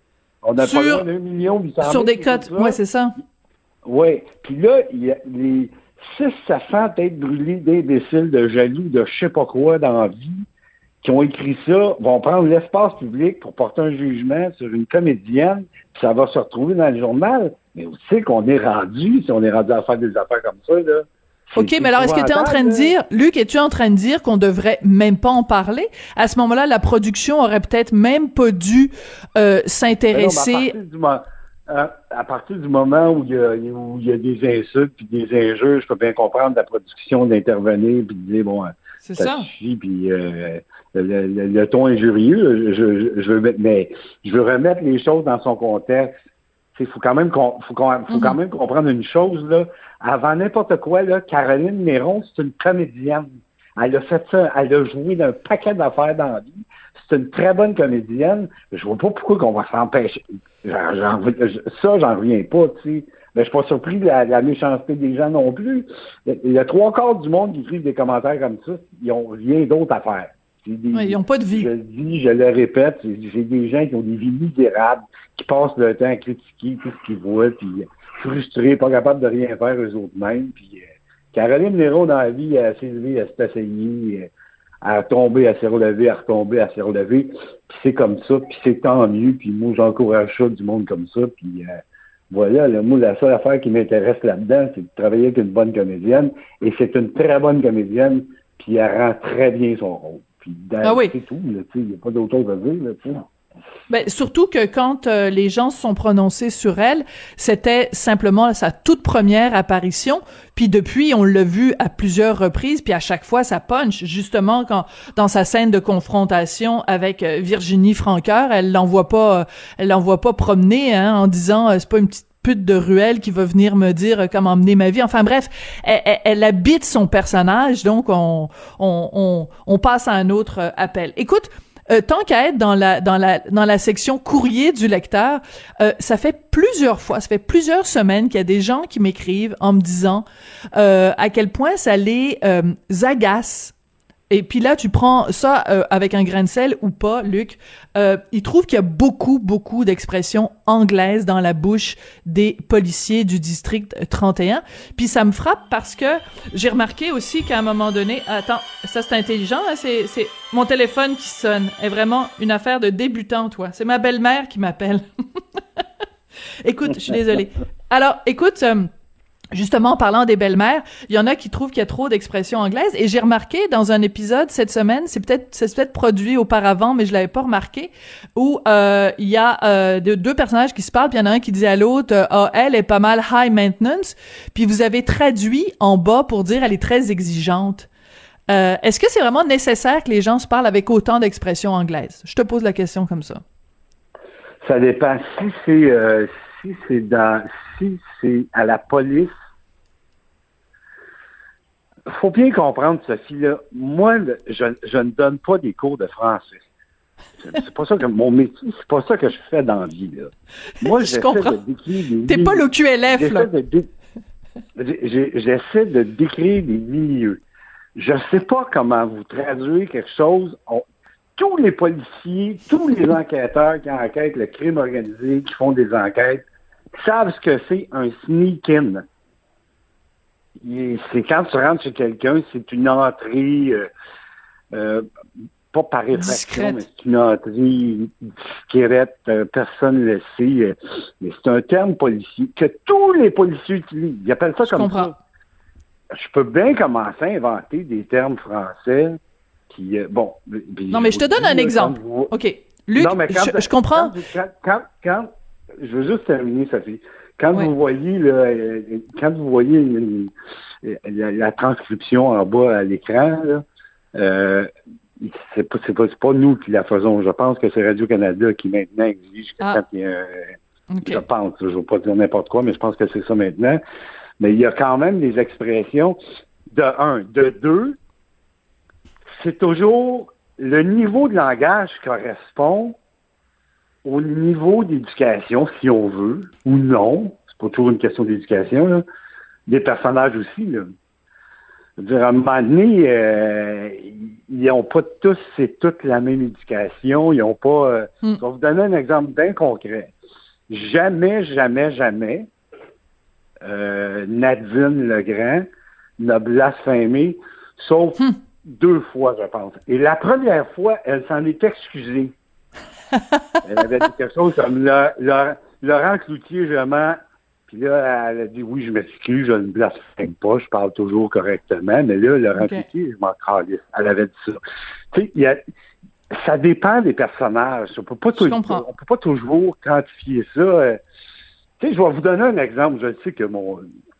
D: On a
E: sur,
D: pas loin d'un million huit cent mille.
E: Sur des cotes, oui, c'est ça.
D: Oui. Puis là, il y a les six à cent têtes brûlées d'imbéciles, de jaloux, de je sais pas quoi dans la vie, qui ont écrit ça, vont prendre l'espace public pour porter un jugement sur une comédienne, puis ça va se retrouver dans le journal. Mais vous savez qu'on est rendu, si on est rendu à faire des affaires comme ça, là.
E: OK, mais alors, est-ce que tu es en train de dire, Luc, es-tu en train de dire qu'on devrait même pas en parler? À ce moment-là, la production aurait peut-être même pas dû euh, s'intéresser...
D: Ben non, à, partir du, à partir du moment où il y a, où il y a des insultes puis des injures, je peux bien comprendre la production d'intervenir puis de dire, bon,
E: c'est
D: ça,
E: ça.
D: suffit, puis euh, le, le, le ton injurieux, je, je, je veux mettre, mais je veux remettre les choses dans son contexte. Il faut quand même qu'on, faut qu'on, faut mm-hmm. quand même comprendre une chose, là. Avant n'importe quoi, là, Caroline Néron, c'est une comédienne. Elle a fait ça, elle a joué d'un paquet d'affaires dans la vie. C'est une très bonne comédienne. Je vois pas pourquoi qu'on va s'empêcher. J'en, j'en, ça, j'en reviens pas, tu sais. Mais je suis pas surpris de la, de la méchanceté des gens non plus. Il y a trois quarts du monde qui écrivent des commentaires comme ça. Ils ont rien d'autre à faire. Des,
E: ouais, ils n'ont pas de vie.
D: Je le dis, je le répète, j'ai des gens qui ont des vies misérables, qui passent le temps à critiquer tout ce qu'ils voient, puis frustrés, pas capables de rien faire eux autres mêmes. Puis euh, Caroline Néron, dans la vie, elle s'est levée, elle s'est asseyée, elle a tombé, elle s'est relevée, elle a retombé, elle s'est relevée. Puis c'est comme ça, puis c'est tant mieux. Puis moi, j'encourage ça, du monde comme ça. Puis euh, voilà, là, moi, la seule affaire qui m'intéresse là-dedans, c'est de travailler avec une bonne comédienne. Et c'est une très bonne comédienne, puis elle rend très bien son rôle. Puis dans,
E: ah oui.
D: c'est tout, il n'y a pas d'autre chose à dire, là, tu sais.
E: Ben, surtout que quand euh, les gens se sont prononcés sur elle, c'était simplement sa toute première apparition. Puis depuis, on l'a vu à plusieurs reprises, puis à chaque fois, ça punch. Justement, quand dans sa scène de confrontation avec euh, Virginie Francoeur, elle l'envoie pas, euh, elle l'envoie pas promener, hein, en disant euh, c'est pas une petite pute de ruelle qui va venir me dire euh, comment mener ma vie. Enfin bref, elle, elle, elle habite son personnage, donc on on on, on passe à un autre euh, appel. Écoute. Euh, tant qu'à être dans la dans la dans la section courrier du lecteur, euh, ça fait plusieurs fois, ça fait plusieurs semaines qu'il y a des gens qui m'écrivent en me disant euh, à quel point ça les euh, agace. Et puis là, tu prends ça euh, avec un grain de sel ou pas, Luc. Euh, ils trouvent qu'il y a beaucoup, beaucoup d'expressions anglaises dans la bouche des policiers du district trente et un. Puis ça me frappe parce que j'ai remarqué aussi qu'à un moment donné... Attends, ça c'est intelligent, hein, c'est, c'est mon téléphone qui sonne. Est vraiment une affaire de débutant, toi. C'est ma belle-mère qui m'appelle. Écoute, je suis désolée. Alors, écoute... Euh, Justement, en parlant des belles-mères, il y en a qui trouvent qu'il y a trop d'expressions anglaises. Et j'ai remarqué dans un épisode cette semaine, c'est peut-être c'est peut-être produit auparavant, mais je l'avais pas remarqué, où euh, il y a euh, deux, deux personnages qui se parlent, puis il y en a un qui dit à l'autre euh, « Ah, elle est pas mal high maintenance », puis vous avez traduit en bas pour dire « Elle est très exigeante ». Euh, est-ce que c'est vraiment nécessaire que les gens se parlent avec autant d'expressions anglaises? Je te pose la question comme ça.
D: Ça dépend. Si c'est euh, si c'est dans si c'est à la police, faut bien comprendre, Sophie, là, moi, je, je ne donne pas des cours de français. C'est pas ça que mon métier, c'est pas ça que je fais dans la vie, là. Moi,
E: je
D: j'essaie
E: comprends.
D: de décrire des
E: T'es pas l'O Q L F, là.
D: De dé... J'essaie de décrire des milieux. Je sais pas comment vous traduire quelque chose. On... Tous les policiers, tous les enquêteurs qui enquêtent le crime organisé, qui font des enquêtes, savent ce que c'est un sneak-in. C'est quand tu rentres chez quelqu'un, c'est une entrée, euh, euh, pas par effraction, mais c'est une entrée discrète, euh, personne ne le sait. Euh, mais c'est un terme policier que tous les policiers utilisent. Ils appellent ça
E: Je
D: comme
E: comprends.
D: ça. Je peux bien commencer à inventer des termes français qui, euh, bon...
E: Non, mais je te donne
D: dis,
E: un
D: là,
E: exemple.
D: Vous...
E: OK. Luc,
D: non, mais quand,
E: je, je comprends.
D: Quand, quand, quand, je veux juste terminer, Sophie. Quand ouais. vous voyez, là, quand vous voyez une, une, la, la transcription en bas à l'écran, là, euh, c'est pas, c'est pas, c'est pas nous qui la faisons. Je pense que c'est Radio-Canada qui maintenant exige que
E: Ah.
D: quand il y a un-
E: Okay.
D: Je pense, je ne veux pas dire n'importe quoi, mais je pense que c'est ça maintenant. Mais il y a quand même des expressions de un. De deux, c'est toujours le niveau de langage correspond au niveau d'éducation, si on veut, ou non. C'est pas toujours une question d'éducation, là. Des personnages aussi, là. Je veux dire, à un moment donné, euh, ils n'ont pas tous, c'est toute la même éducation. Ils n'ont pas... Euh,
E: Mm.
D: Je vais vous donner un exemple bien concret. Jamais, jamais, jamais, euh, Nadine Legrand n'a blasphémé, sauf
E: Hmm.
D: deux fois, je pense. Et la première fois, elle s'en est excusée. Elle avait dit quelque chose comme le- le- Laurent Cloutier, je mens. Puis là, elle a dit oui, je m'excuse, je ne blasphème pas, je parle toujours correctement. Mais là, Laurent
E: Ok.
D: Cloutier, je m'en calisse. Elle avait dit ça. Tu sais, il y a. Ça dépend des personnages. On peut pas
E: Je
D: toujours,
E: comprends.
D: on peut pas toujours quantifier ça. Euh, Tu sais, je vais vous donner un exemple. Je sais que mon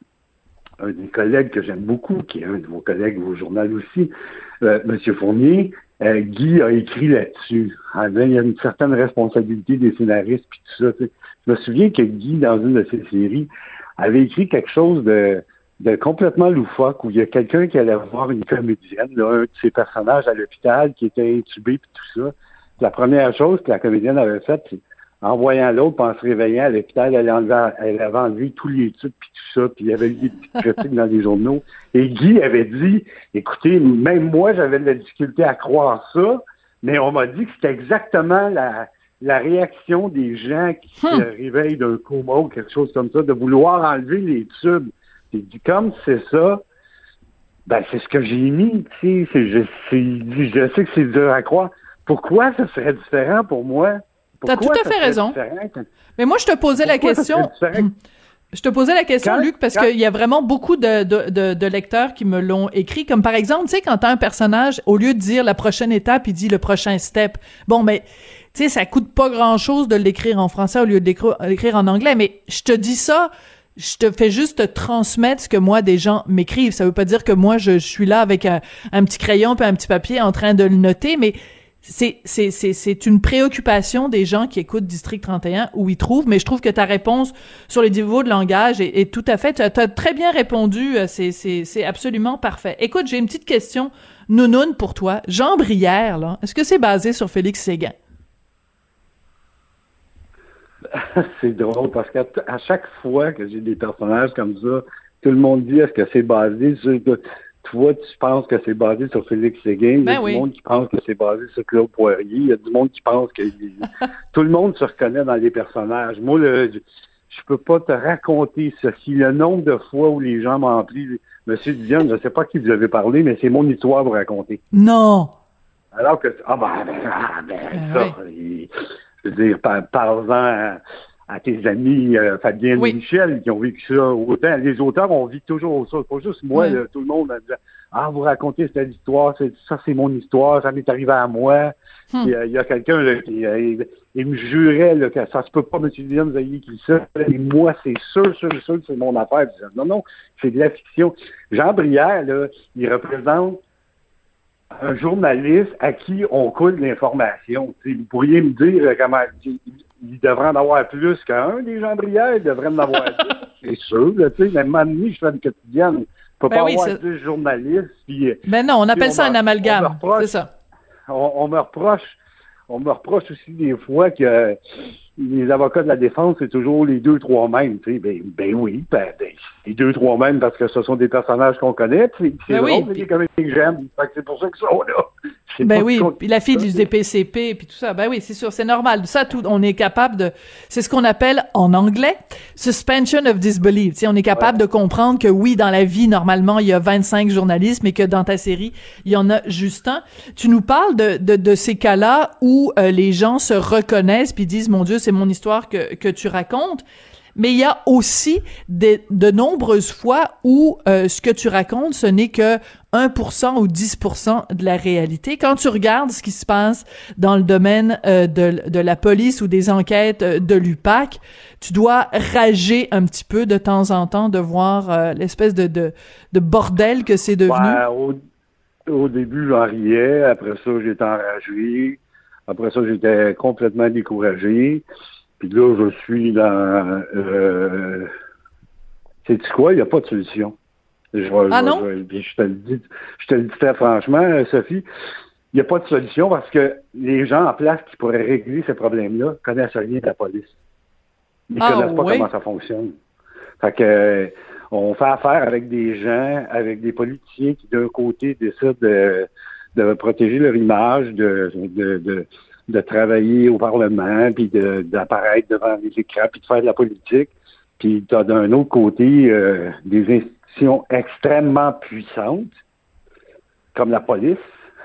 D: un des collègues que j'aime beaucoup, qui est un de vos collègues au journal aussi, euh, M. Fournier, euh, Guy a écrit là-dessus. En disant, il y a une certaine responsabilité des scénaristes puis tout ça. Tu sais. Je me souviens que Guy, dans une de ses séries, avait écrit quelque chose de de complètement loufoque, où il y a quelqu'un qui allait voir une comédienne, là, un de ses personnages à l'hôpital, qui était intubé, puis tout ça. La première chose que la comédienne avait faite, c'est, en voyant l'autre, puis en se réveillant à l'hôpital, elle, enlevait, elle avait enlevé tous les tubes, puis tout ça, puis il y avait eu des petites critiques dans les journaux. Et Guy avait dit, écoutez, même moi, j'avais de la difficulté à croire ça, mais on m'a dit que c'était exactement la... la réaction des gens qui
E: Hmm.
D: se réveillent d'un coma ou quelque chose comme ça, de vouloir enlever les tubes. Et dit, comme c'est ça, ben c'est ce que j'ai mis, tu sais, c'est, je, c'est, je sais que c'est dur à croire. Pourquoi ça serait différent pour moi?
E: T'as
D: Pourquoi
E: tout à
D: ça
E: fait
D: serait
E: raison.
D: différent quand-
E: Mais moi, je te posais la
D: Pourquoi ça
E: question.
D: serait différent?
E: Je te posais la question,
D: Quand-
E: Luc, parce
D: quand-
E: qu'il y a vraiment beaucoup de, de, de, de lecteurs qui me l'ont écrit. Comme par exemple, tu sais, quand t'as un personnage, au lieu de dire la prochaine étape, il dit le prochain step. Bon, mais tu sais, ça coûte pas grand-chose de l'écrire en français au lieu de l'écri- l'écrire en anglais. Mais je te dis ça, je te fais juste te transmettre ce que moi, des gens m'écrivent. Ça veut pas dire que moi, je, je suis là avec un, un petit crayon puis un petit papier en train de le noter, mais c'est, c'est, c'est, c'est une préoccupation des gens qui écoutent District trente et un où ils trouvent, mais je trouve que ta réponse sur les niveaux de langage est, est tout à fait, tu as, tu as très bien répondu, c'est, c'est, c'est absolument parfait. Écoute, j'ai une petite question nounoune pour toi. Jean Brière, là, est-ce que c'est basé sur Félix Séguin?
D: C'est drôle parce qu'à à chaque fois que j'ai des personnages comme ça, tout le monde dit est-ce que c'est basé sur... Toi, tu penses que c'est basé sur Félix Séguin. Il y a
E: Ben oui.
D: du monde qui pense que c'est basé sur Claude Poirier. Il y a du monde qui pense que... Tout le monde se reconnaît dans les personnages. Moi, le, je peux pas te raconter ceci. Le nombre de fois où les gens m'ont appelé, Monsieur Dion, je sais pas qui vous avez parlé, mais c'est mon histoire à vous raconter.
E: Non!
D: Alors que... Ah ben, ben, ah, ben,
E: Ben
D: ça... il- je veux dire, par, parle-en à, à tes amis euh, Fabienne
E: Oui.
D: et Michel qui ont vécu ça autant. Les auteurs, on vit toujours ça. Pas juste moi,
E: Oui.
D: là, tout le monde a dit ah, vous racontez cette histoire, c'est, ça c'est mon histoire, ça m'est arrivé à moi.
E: Hmm.
D: Puis, euh, il y a quelqu'un là, qui euh, il, il me jurait là, que ça se peut pas, M. Dionne, vous avez écrit ça. Et moi, c'est sûr, sûr, sûr que c'est mon affaire. Puis, non, non, c'est de la fiction. Jean Brière, là, il représente un journaliste à qui on coule l'information. Tu sais, vous pourriez me dire euh, comment il, il devrait en avoir plus qu'un des Jean Brière, il devrait en avoir deux. C'est sûr, là, tu sais, mais à un moment donné, je fais une quotidienne. Je peux
E: Ben
D: pas
E: oui,
D: avoir
E: c'est-
D: deux journalistes, puis euh,
E: Ben non, on appelle
D: on
E: ça
D: me-
E: un
D: on me
E: amalgame.
D: reproche-
E: C'est ça.
D: on, on me reproche on me reproche aussi des fois que euh, les avocats de la défense, c'est toujours les deux, trois mêmes. Tu sais, ben, ben oui, ben, ben, les deux, trois mêmes parce que ce sont des personnages qu'on connaît. Puis c'est
E: Ben oui,
D: drôle,
E: puis-
D: c'est comme que j'aime. Fait que c'est pour ça qu'ils sont là. C'est
E: Ben
D: pas
E: oui,
D: qu'on-
E: puis la fille du D P C P puis tout ça. Ben oui, c'est sûr, c'est normal. Ça, tout, on est capable de, c'est ce qu'on appelle en anglais suspension of disbelief. Tu sais, on est capable de comprendre que oui, dans la vie, normalement, il y a vingt-cinq journalistes, mais que dans ta série, il y en a juste un. Tu nous parles de, de, de ces cas-là où euh, les gens se reconnaissent puis disent, mon Dieu, c'est mon histoire que, que tu racontes. Mais il y a aussi des, de nombreuses fois où euh, ce que tu racontes, ce n'est que un pour cent ou dix pour cent de la réalité. Quand tu regardes ce qui se passe dans le domaine euh, de, de la police ou des enquêtes euh, de l'U P A C, tu dois rager un petit peu de temps en temps de voir euh, l'espèce de, de, de bordel que c'est devenu.
D: Ouais, au, au début, j'en riais. Après ça, j'étais enragé. Après ça, j'étais complètement découragé. Puis là, je suis dans... Euh, sais-tu quoi? Il n'y a pas de solution. Je,
E: ah
D: je,
E: non?
D: Je, je, te le dis, je te le dis très franchement, Sophie. Il n'y a pas de solution parce que les gens en place qui pourraient régler ces problèmes-là connaissent rien de la police. Ils ne
E: ah,
D: connaissent pas
E: oui?
D: comment ça fonctionne. Fait que... Euh, on fait affaire avec des gens, avec des politiciens qui, d'un côté, décident de, de protéger leur image, de, de, de, de travailler au Parlement, puis de, d'apparaître devant les écrans, puis de faire de la politique. Puis tu as d'un autre côté euh, des institutions extrêmement puissantes, comme la police,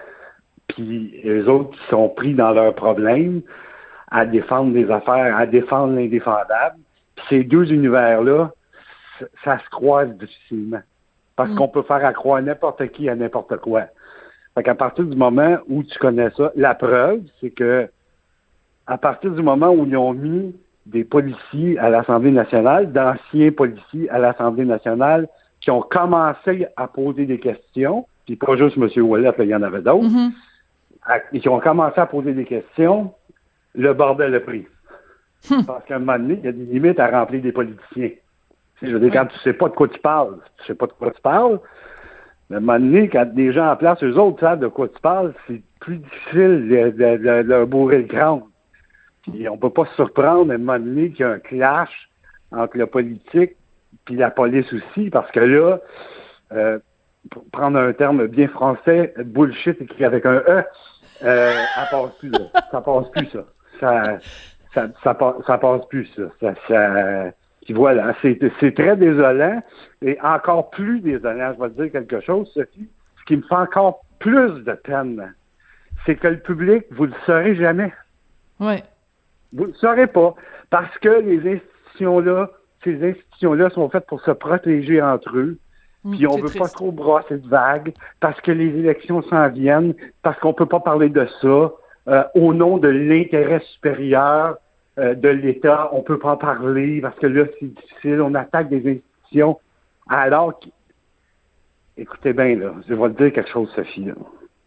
D: puis eux autres qui sont pris dans leurs problèmes à défendre des affaires, à défendre l'indéfendable. Puis ces deux univers-là, ça se croise difficilement. Parce mmh. qu'on peut faire accroire n'importe qui à n'importe quoi. Fait qu'à partir du moment où tu connais ça, la preuve, c'est que à partir du moment où ils ont mis des policiers à l'Assemblée nationale, d'anciens policiers à l'Assemblée nationale, qui ont commencé à poser des questions, puis pas juste M. Ouellet, il y en avait d'autres, mmh. à, qui ont commencé à poser des questions, le bordel a pris. Mmh. Parce qu'à un moment donné, il y a des limites à remplir des politiciens. Je veux dire, quand tu sais pas de quoi tu parles, tu sais pas de quoi tu parles, mais à un moment donné, quand des gens en place, eux autres savent de quoi tu parles, c'est plus difficile de, de, de, de leur bourrer le crâne. Puis on peut pas se surprendre à un moment donné qu'il y a un clash entre la politique puis la police aussi, parce que là, euh, pour prendre un terme bien français, bullshit écrit avec un E, euh, ça passe plus, là. Ça passe plus, ça. Ça, ça, ça, ça, ça passe plus, ça. ça, ça Puis voilà, c'est, c'est très désolant et encore plus désolant, je vais te dire quelque chose, Sophie. Ce qui me fait encore plus de peine, c'est que le public, vous le saurez jamais.
E: Oui.
D: Vous le saurez pas. Parce que les institutions-là, ces institutions-là sont faites pour se protéger entre eux. Puis on veut triste. Pas trop brasser de vagues parce que les élections s'en viennent, parce qu'on peut pas parler de ça euh, au nom de l'intérêt supérieur de l'État, on peut pas en parler parce que là, c'est difficile, on attaque des institutions. Alors, écoutez bien, là, je vais te dire quelque chose, Sophie, là.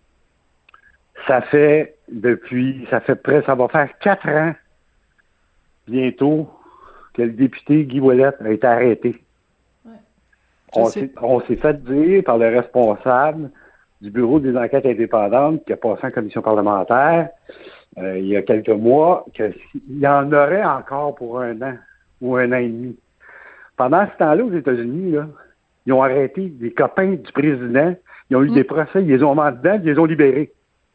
D: Ça fait depuis, ça fait près, ça va faire quatre ans, bientôt, que le député Guy Ouellet a été arrêté. Ouais, on, s'est, on s'est fait dire par le responsable du Bureau des enquêtes indépendantes qui a passé en commission parlementaire Euh, il y a quelques mois, qu'il y en aurait encore pour un an ou un an et demi. Pendant ce temps-là, aux États-Unis, là, ils ont arrêté des copains du président, ils ont eu mmh. des procès, ils les ont mis dedans, ils les ont libérés.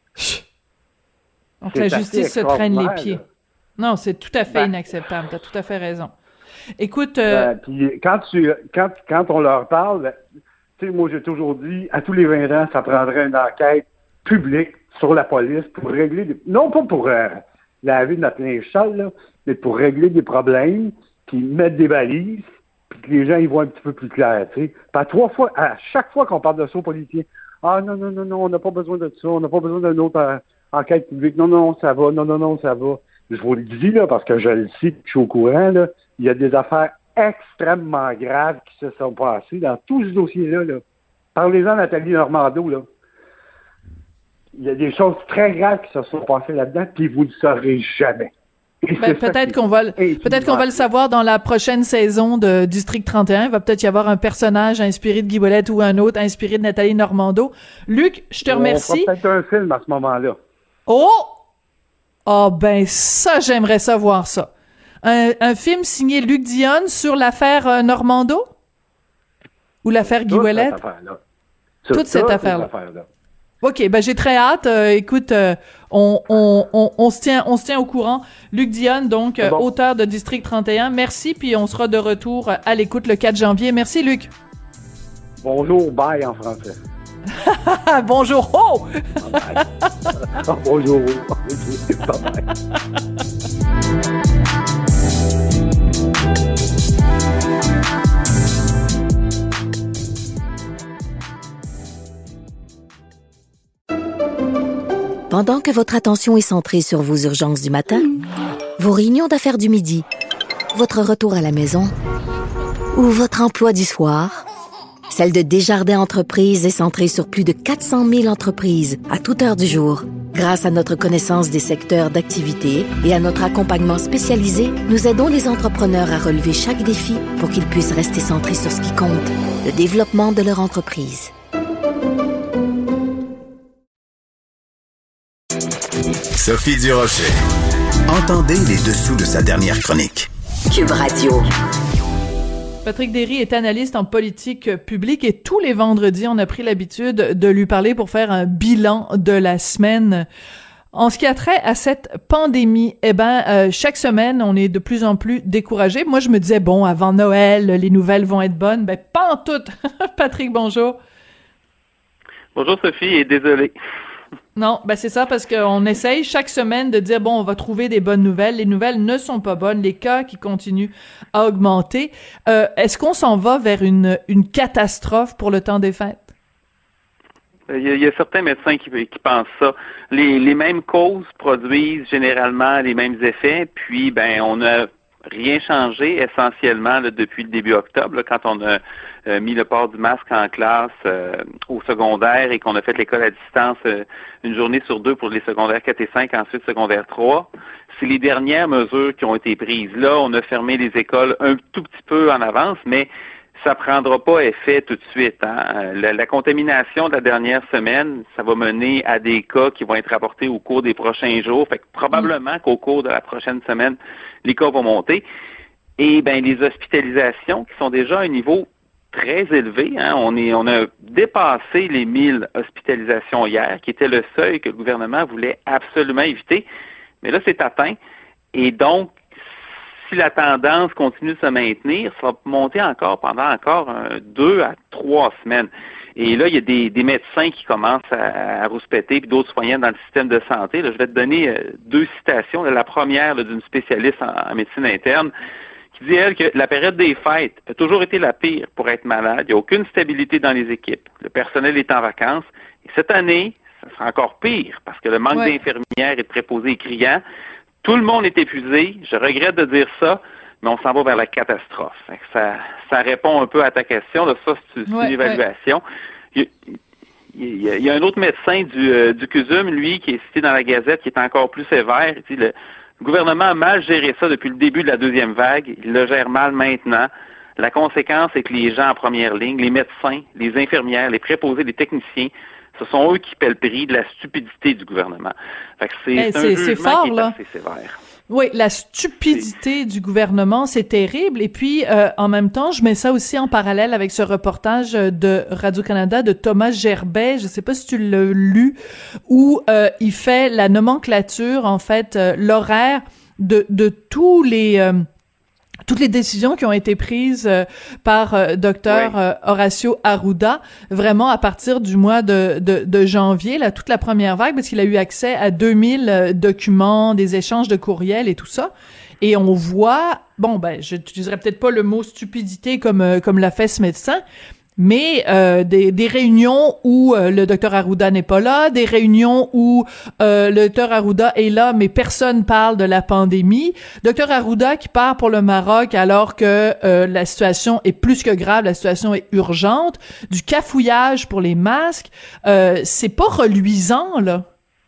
E: Donc c'est la justice se traîne les pieds. Là. Non, c'est tout à fait ben, inacceptable, tu as tout à fait raison. Écoute... Euh...
D: Ben, puis quand, tu, quand, quand on leur parle, ben, tu sais, moi j'ai toujours dit, à tous les vingt ans, ça prendrait une enquête publique sur la police pour régler des... Non pas pour euh, laver notre linge sale, là, mais pour régler des problèmes, puis mettre des balises, puis que les gens y voient un petit peu plus clair, tu sais. Pas trois fois, à chaque fois qu'on parle de ça aux policiers, ah non, non, non, non, on n'a pas besoin de ça, on n'a pas besoin d'une autre euh, enquête publique, non, non, ça va, non, non, non, ça va. Je vous le dis, là, parce que je le sais, je suis au courant, là, il y a des affaires extrêmement graves qui se sont passées dans tout ce dossier-là, là. Parlez-en à Nathalie Normando, là. Il y a des choses très graves qui se sont passées là-dedans, puis vous ne le saurez jamais.
E: Ben, peut-être qu'on va le, peut-être qu'on va le savoir dans la prochaine saison de District trente et un. Il va peut-être y avoir un personnage inspiré de Guy Ouellet ou un autre inspiré de Nathalie Normando. Luc, je te remercie.
D: On fera peut-être un film à ce moment-là.
E: Oh! Ah, oh, ben, ça, j'aimerais savoir ça. Un, un film signé Luc Dionne sur l'affaire euh, Normando? Ou l'affaire Guy Ouellet?
D: Toute cette affaire-là.
E: Toute cette affaire-là. OK, ben j'ai très hâte. Euh, écoute, euh, on, on, on, on se tient, on se tient au courant. Luc Dionne, donc euh, bon. auteur de District trente et un. Merci, puis on sera de retour à l'écoute le quatre janvier. Merci, Luc.
D: Bonjour, bye en français.
E: Bonjour, oh!
D: Bye. Bonjour, bye bye.
A: Pendant que votre attention est centrée sur vos urgences du matin, vos réunions d'affaires du midi, votre retour à la maison ou votre emploi du soir, Celle de Desjardins Entreprises est centrée sur plus de quatre cent mille entreprises à toute heure du jour. Grâce à notre connaissance des secteurs d'activité et à notre accompagnement spécialisé, nous aidons les entrepreneurs à relever chaque défi pour qu'ils puissent rester centrés sur ce qui compte, le développement de leur entreprise.
F: Sophie Durocher. Entendez les dessous de sa dernière chronique.
B: Cube Radio.
E: Patrick Derry est analyste en politique publique et tous les vendredis, on a pris l'habitude de lui parler pour faire un bilan de la semaine. En ce qui a trait à cette pandémie, eh ben, euh, chaque semaine, on est de plus en plus découragé. Moi, je me disais, bon, avant Noël, les nouvelles vont être bonnes. Ben, pas en toutes. Patrick, bonjour.
I: Bonjour Sophie, et désolé.
E: Non, ben c'est ça, parce qu'on essaye chaque semaine de dire, bon, on va trouver des bonnes nouvelles. Les nouvelles ne sont pas bonnes, les cas qui continuent à augmenter. Euh, est-ce qu'on s'en va vers une, une catastrophe pour le temps des fêtes?
I: Il y a, il y a certains médecins qui, qui pensent ça. Les, les mêmes causes produisent généralement les mêmes effets, puis ben on n'a rien changé essentiellement là, depuis le début octobre, là, quand on a euh, mis le port du masque en classe euh, au secondaire et qu'on a fait l'école à distance euh, une journée sur deux pour les secondaires quatre et cinq, ensuite secondaire trois. C'est les dernières mesures qui ont été prises. Là, on a fermé les écoles un tout petit peu en avance, mais ça prendra pas effet tout de suite. Hein. La, la contamination de la dernière semaine, ça va mener à des cas qui vont être rapportés au cours des prochains jours. Fait que probablement qu'au cours de la prochaine semaine, les cas vont monter. Et ben les hospitalisations qui sont déjà à un niveau très élevé. Hein. On est, on a dépassé les mille hospitalisations hier, qui était le seuil que le gouvernement voulait absolument éviter. Mais là, c'est atteint. Et donc, si la tendance continue de se maintenir, ça va monter encore pendant encore un, deux à trois semaines. Et là, il y a des, des médecins qui commencent à, à rouspéter, puis d'autres soignants dans le système de santé. Là, je vais te donner euh, deux citations. Là, la première là, d'une spécialiste en, en médecine interne qui dit, elle, que la période des fêtes a toujours été la pire pour être malade. Il n'y a aucune stabilité dans les équipes. Le personnel est en vacances. Et cette année, ça sera encore pire parce que le manque ouais. d'infirmières et de préposés est criant. Tout le monde est épuisé. Je regrette de dire ça, mais on s'en va vers la catastrophe. Ça, ça répond un peu à ta question. Là, ça, c'est une ouais, évaluation. Ouais. Il, il, y a, il y a un autre médecin du, euh, du C U S U M, lui, qui est cité dans la Gazette, qui est encore plus sévère. Il dit, le, le gouvernement a mal géré ça depuis le début de la deuxième vague. Il le gère mal maintenant. La conséquence est que les gens en première ligne, les médecins, les infirmières, les préposés, les techniciens, ce sont eux qui paient le prix de la stupidité du gouvernement. Fait que c'est, hey, c'est un jugement c'est fort, qui est là. assez sévère.
E: Oui, la stupidité c'est... du gouvernement, c'est terrible. Et puis, euh, en même temps, je mets ça aussi en parallèle avec ce reportage de Radio-Canada de Thomas Gerbet, je ne sais pas si tu l'as lu, où euh, il fait la nomenclature, en fait, euh, l'horaire de, de tous les... Euh, toutes les décisions qui ont été prises euh, par euh, docteur oui. euh, Horacio Arruda, vraiment à partir du mois de, de, de janvier, là, toute la première vague, parce qu'il a eu accès à deux mille euh, documents, des échanges de courriels et tout ça. Et on voit, bon, ben, je n'utiliserai peut-être pas le mot stupidité comme euh, comme l'a fait ce médecin, mais euh, des, des réunions où euh, le docteur Arruda n'est pas là, des réunions où euh, le docteur Arruda est là, mais personne parle de la pandémie. Docteur Arruda qui part pour le Maroc alors que euh, la situation est plus que grave, la situation est urgente, du cafouillage pour les masques, euh, c'est pas reluisant, là.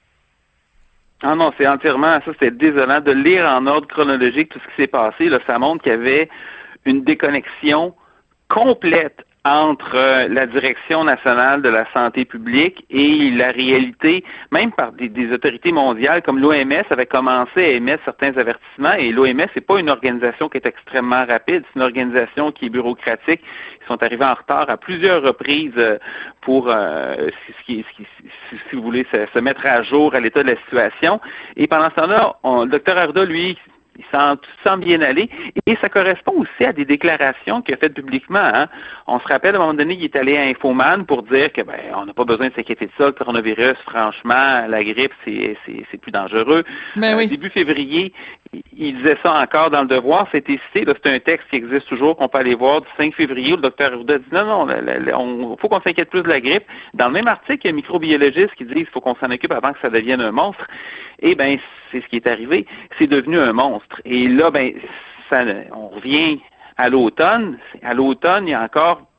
I: Ah non, c'est entièrement, ça c'était désolant de lire en ordre chronologique tout ce qui s'est passé. Là, ça montre qu'il y avait une déconnexion complète entre euh, la Direction nationale de la santé publique et la réalité, même par des, des autorités mondiales comme l'O M S avait commencé à émettre certains avertissements, et l'O M S, c'est pas une organisation qui est extrêmement rapide, c'est une organisation qui est bureaucratique. Ils sont arrivés en retard à plusieurs reprises euh, pour, euh, si, si, si, si vous voulez, se, se mettre à jour à l'état de la situation. Et pendant ce temps-là, on, le docteur Arruda, lui, il semble, semble bien aller. Et ça correspond aussi à des déclarations qu'il a faites publiquement. Hein. On se rappelle, à un moment donné, il est allé à Infoman pour dire que ben on n'a pas besoin de s'inquiéter de ça, le coronavirus, franchement, la grippe, c'est, c'est, c'est plus dangereux.
E: Ben oui.
I: euh, début février, il disait ça encore dans Le Devoir. C'était cité, là, c'est un texte qui existe toujours, qu'on peut aller voir, du cinq février, où le docteur Arruda dit non, non, il faut qu'on s'inquiète plus de la grippe. Dans le même article, il y a un microbiologiste qui dit qu'il faut qu'on s'en occupe avant que ça devienne un monstre. Eh bien, c'est ce qui est arrivé. C'est devenu un monstre. Et là, ben, ça, on revient à l'automne. À l'automne, il y a encore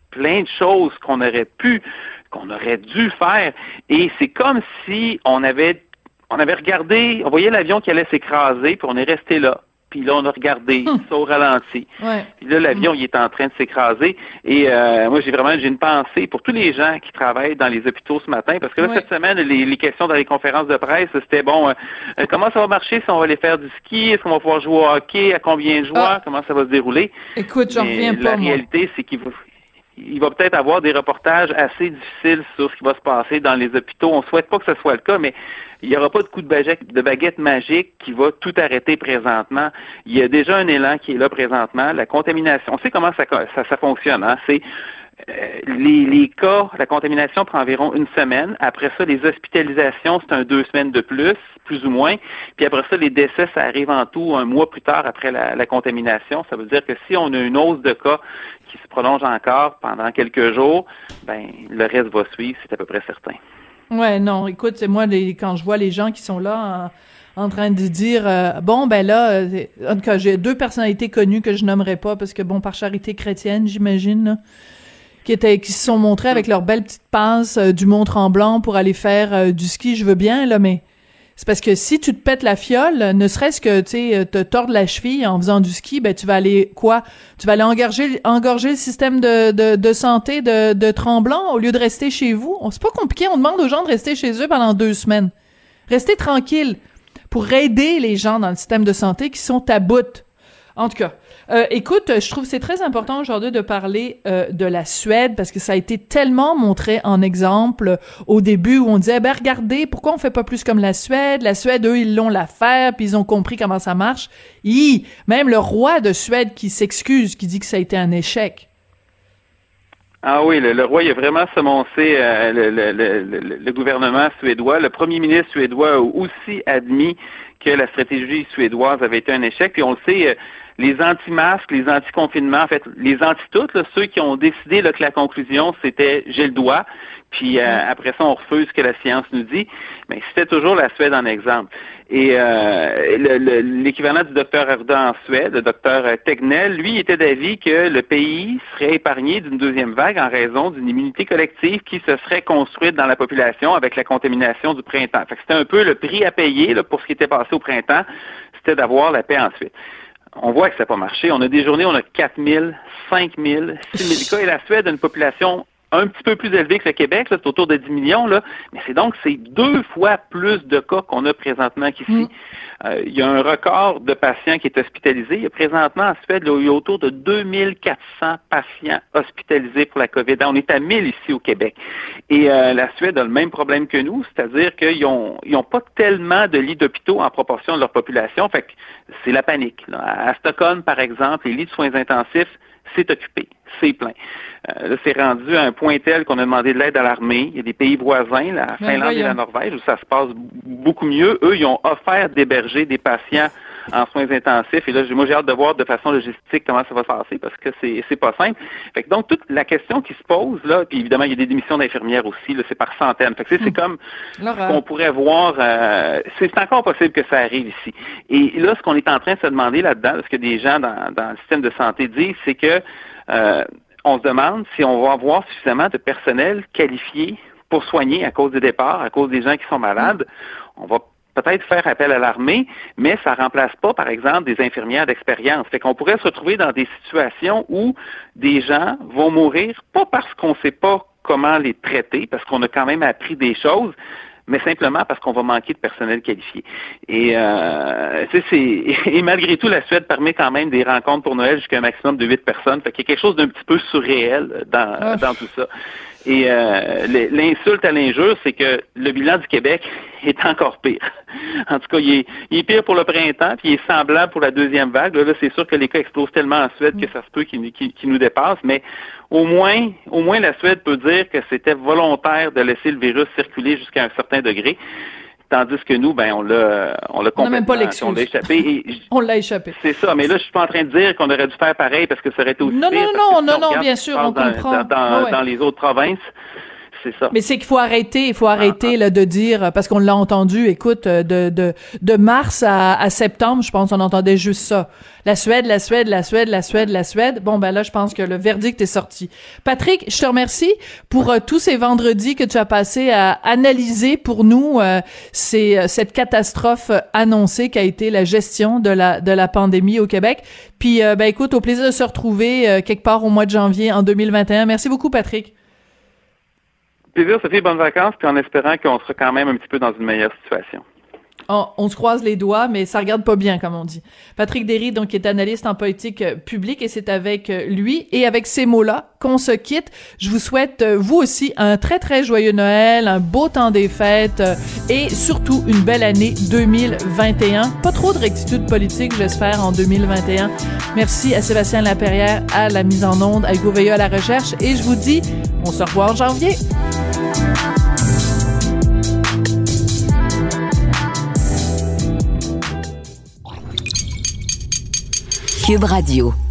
I: plein de choses qu'on aurait pu, qu'on aurait dû faire. Et c'est comme si on avait, on avait regardé, on voyait l'avion qui allait s'écraser, puis on est resté là. Puis là, on a regardé hum. ça au ralenti.
E: Ouais.
I: Puis là, l'avion, hum. il est en train de s'écraser. Et euh, moi, j'ai vraiment j'ai une pensée pour tous les gens qui travaillent dans les hôpitaux ce matin, parce que là, ouais. cette semaine, les, les questions dans les conférences de presse, c'était bon, euh, comment ça va marcher si on va aller faire du ski? Est-ce qu'on va pouvoir jouer au hockey? À combien de joueurs? Ah. Comment ça va se dérouler?
E: Écoute, j'en reviens pas,
I: la réalité,
E: moi.
I: c'est qu'il va... il va peut-être avoir des reportages assez difficiles sur ce qui va se passer dans les hôpitaux. On souhaite pas que ce soit le cas, mais il n'y aura pas de coup de baguette, de baguette magique qui va tout arrêter présentement. Il y a déjà un élan qui est là présentement. La contamination, on sait comment ça, ça, ça fonctionne. Hein? C'est euh, les, les cas, la contamination prend environ une semaine. Après ça, les hospitalisations, c'est un deux semaines de plus, plus ou moins. Puis après ça, les décès, ça arrive en tout un mois plus tard après la, la contamination. Ça veut dire que si on a une hausse de cas qui se prolonge encore pendant quelques jours, ben le reste va suivre, c'est à peu près certain.
E: Ouais, non, écoute, c'est moi, les, quand je vois les gens qui sont là en, en train de dire, euh, bon, ben là, euh, en tout cas, j'ai deux personnalités connues que je nommerai pas, parce que, bon, par charité chrétienne, j'imagine, là, qui étaient, qui se sont montrés avec leur belle petite passe euh, du Mont-Tremblant pour aller faire euh, du ski, je veux bien, là, mais c'est parce que si tu te pètes la fiole, ne serait-ce que, tu sais, te tordre la cheville en faisant du ski, ben tu vas aller, quoi? Tu vas aller engorger, engorger le système de, de, de santé de, de Tremblant au lieu de rester chez vous. C'est pas compliqué, on demande aux gens de rester chez eux pendant deux semaines. Restez tranquille pour aider les gens dans le système de santé qui sont à bout. En tout cas, euh, écoute, je trouve que c'est très important aujourd'hui de parler euh, de la Suède parce que ça a été tellement montré en exemple au début où on disait, ben regardez, pourquoi on fait pas plus comme la Suède? La Suède, eux, ils l'ont l'affaire, puis ils ont compris comment ça marche. Hi, même le roi de Suède qui s'excuse, qui dit que ça a été un échec.
I: Ah oui, le, le roi, il a vraiment semoncé euh, le, le, le, le gouvernement suédois. Le premier ministre suédois a aussi admis que la stratégie suédoise avait été un échec. Puis on le sait, euh, les anti-masques, les anti-confinements, en fait, les anti-toutes, là, ceux qui ont décidé là, que la conclusion, c'était « j'ai le doigt », puis euh, après ça, on refuse ce que la science nous dit, mais c'était toujours la Suède en exemple. Et euh, le, le, l'équivalent du docteur Arruda en Suède, le docteur Tegnell, lui, était d'avis que le pays serait épargné d'une deuxième vague en raison d'une immunité collective qui se serait construite dans la population avec la contamination du printemps. Fait que c'était un peu le prix à payer là, pour ce qui était passé au printemps, c'était d'avoir la paix ensuite. On voit que ça n'a pas marché. On a des journées où on a quatre mille, cinq mille, six mille cas, et la Suède a une population un petit peu plus élevé que le Québec, là, c'est autour de dix millions, là, mais c'est donc c'est deux fois plus de cas qu'on a présentement qu'ici. Mmh. Euh, il y a un record de patients qui est hospitalisé. Il y a présentement en Suède, là, il y a autour de deux mille quatre cents patients hospitalisés pour la COVID. On est à mille ici au Québec. Et euh, la Suède a le même problème que nous, c'est-à-dire qu'ils ont ils ont pas tellement de lits d'hôpitaux en proportion de leur population. Fait que c'est la panique. Là. À Stockholm, par exemple, les lits de soins intensifs, c'est occupé, c'est plein. Euh, là, c'est rendu à un point tel qu'on a demandé de l'aide à l'armée. Il y a des pays voisins, la Finlande et la Norvège, où ça se passe beaucoup mieux. Eux, ils ont offert d'héberger des patients en soins intensifs. Et là, moi, j'ai hâte de voir de façon logistique comment ça va se passer parce que c'est c'est pas simple. Fait que donc, toute la question qui se pose, là, puis évidemment, il y a des démissions d'infirmières aussi, là, c'est par centaines. Fait que c'est, c'est comme ce qu'on pourrait voir, euh, c'est, c'est encore possible que ça arrive ici. Et là, ce qu'on est en train de se demander là-dedans, ce que des gens dans, dans le système de santé disent, c'est que euh, on se demande si on va avoir suffisamment de personnel qualifié pour soigner à cause des départs, à cause des gens qui sont malades. On va peut-être faire appel à l'armée, mais ça remplace pas, par exemple, des infirmières d'expérience. Fait qu'on pourrait se retrouver dans des situations où des gens vont mourir, pas parce qu'on sait pas comment les traiter, parce qu'on a quand même appris des choses, mais simplement parce qu'on va manquer de personnel qualifié. Et, euh, c'est, et malgré tout, la Suède permet quand même des rencontres pour Noël jusqu'à un maximum de huit personnes. Fait qu'il y a quelque chose d'un petit peu surréel dans, ah. dans tout ça. Et euh, l'insulte à l'injure, c'est que le bilan du Québec est encore pire. En tout cas, il est, il est pire pour le printemps, puis il est semblable pour la deuxième vague. Là, là c'est sûr que les cas explosent tellement en Suède que ça se peut qu'ils qu'il, qu'il nous dépassent, mais au moins, au moins la Suède peut dire que c'était volontaire de laisser le virus circuler jusqu'à un certain degré. Tandis que nous, ben, on l'a, on l'a complètement, on n'a même pas l'excuse. On l'a échappé. Et
E: on l'a échappé.
I: C'est ça. Mais là, je suis pas en train de dire qu'on aurait dû faire pareil parce que ça aurait été aussi
E: non,
I: pire.
E: Non, non, non, non, non, bien sûr, on
I: dans,
E: comprend.
I: Dans, dans,
E: oh, ouais.
I: dans les autres provinces, c'est ça.
E: Mais c'est qu'il faut arrêter, il faut arrêter là, de dire, parce qu'on l'a entendu, écoute, de de de mars à, à septembre, je pense, on entendait juste ça. La Suède, la Suède, la Suède, la Suède, la Suède. Bon, ben là, je pense que le verdict est sorti. Patrick, je te remercie pour euh, tous ces vendredis que tu as passé à analyser pour nous euh, ces, euh, cette catastrophe annoncée qu'a été la gestion de la de la pandémie au Québec. Puis, euh, ben écoute, au plaisir de se retrouver euh, quelque part au mois de janvier en deux mille vingt et un. Merci beaucoup, Patrick.
I: Plaisir, Sophie, bonnes vacances, puis en espérant qu'on sera quand même un petit peu dans une meilleure situation.
E: On, on se croise les doigts, mais ça regarde pas bien, comme on dit. Patrick Derry, donc, est analyste en politique euh, publique, et c'est avec euh, lui et avec ces mots-là qu'on se quitte. Je vous souhaite, euh, vous aussi, un très, très joyeux Noël, un beau temps des fêtes, euh, et surtout une belle année deux mille vingt et un. Pas trop de rectitude politique, j'espère, en deux mille vingt et un. Merci à Sébastien Laperrière à la mise en onde, à Hugo Veilleux à la recherche, et je vous dis, on se revoit en janvier.
B: Cube Radio.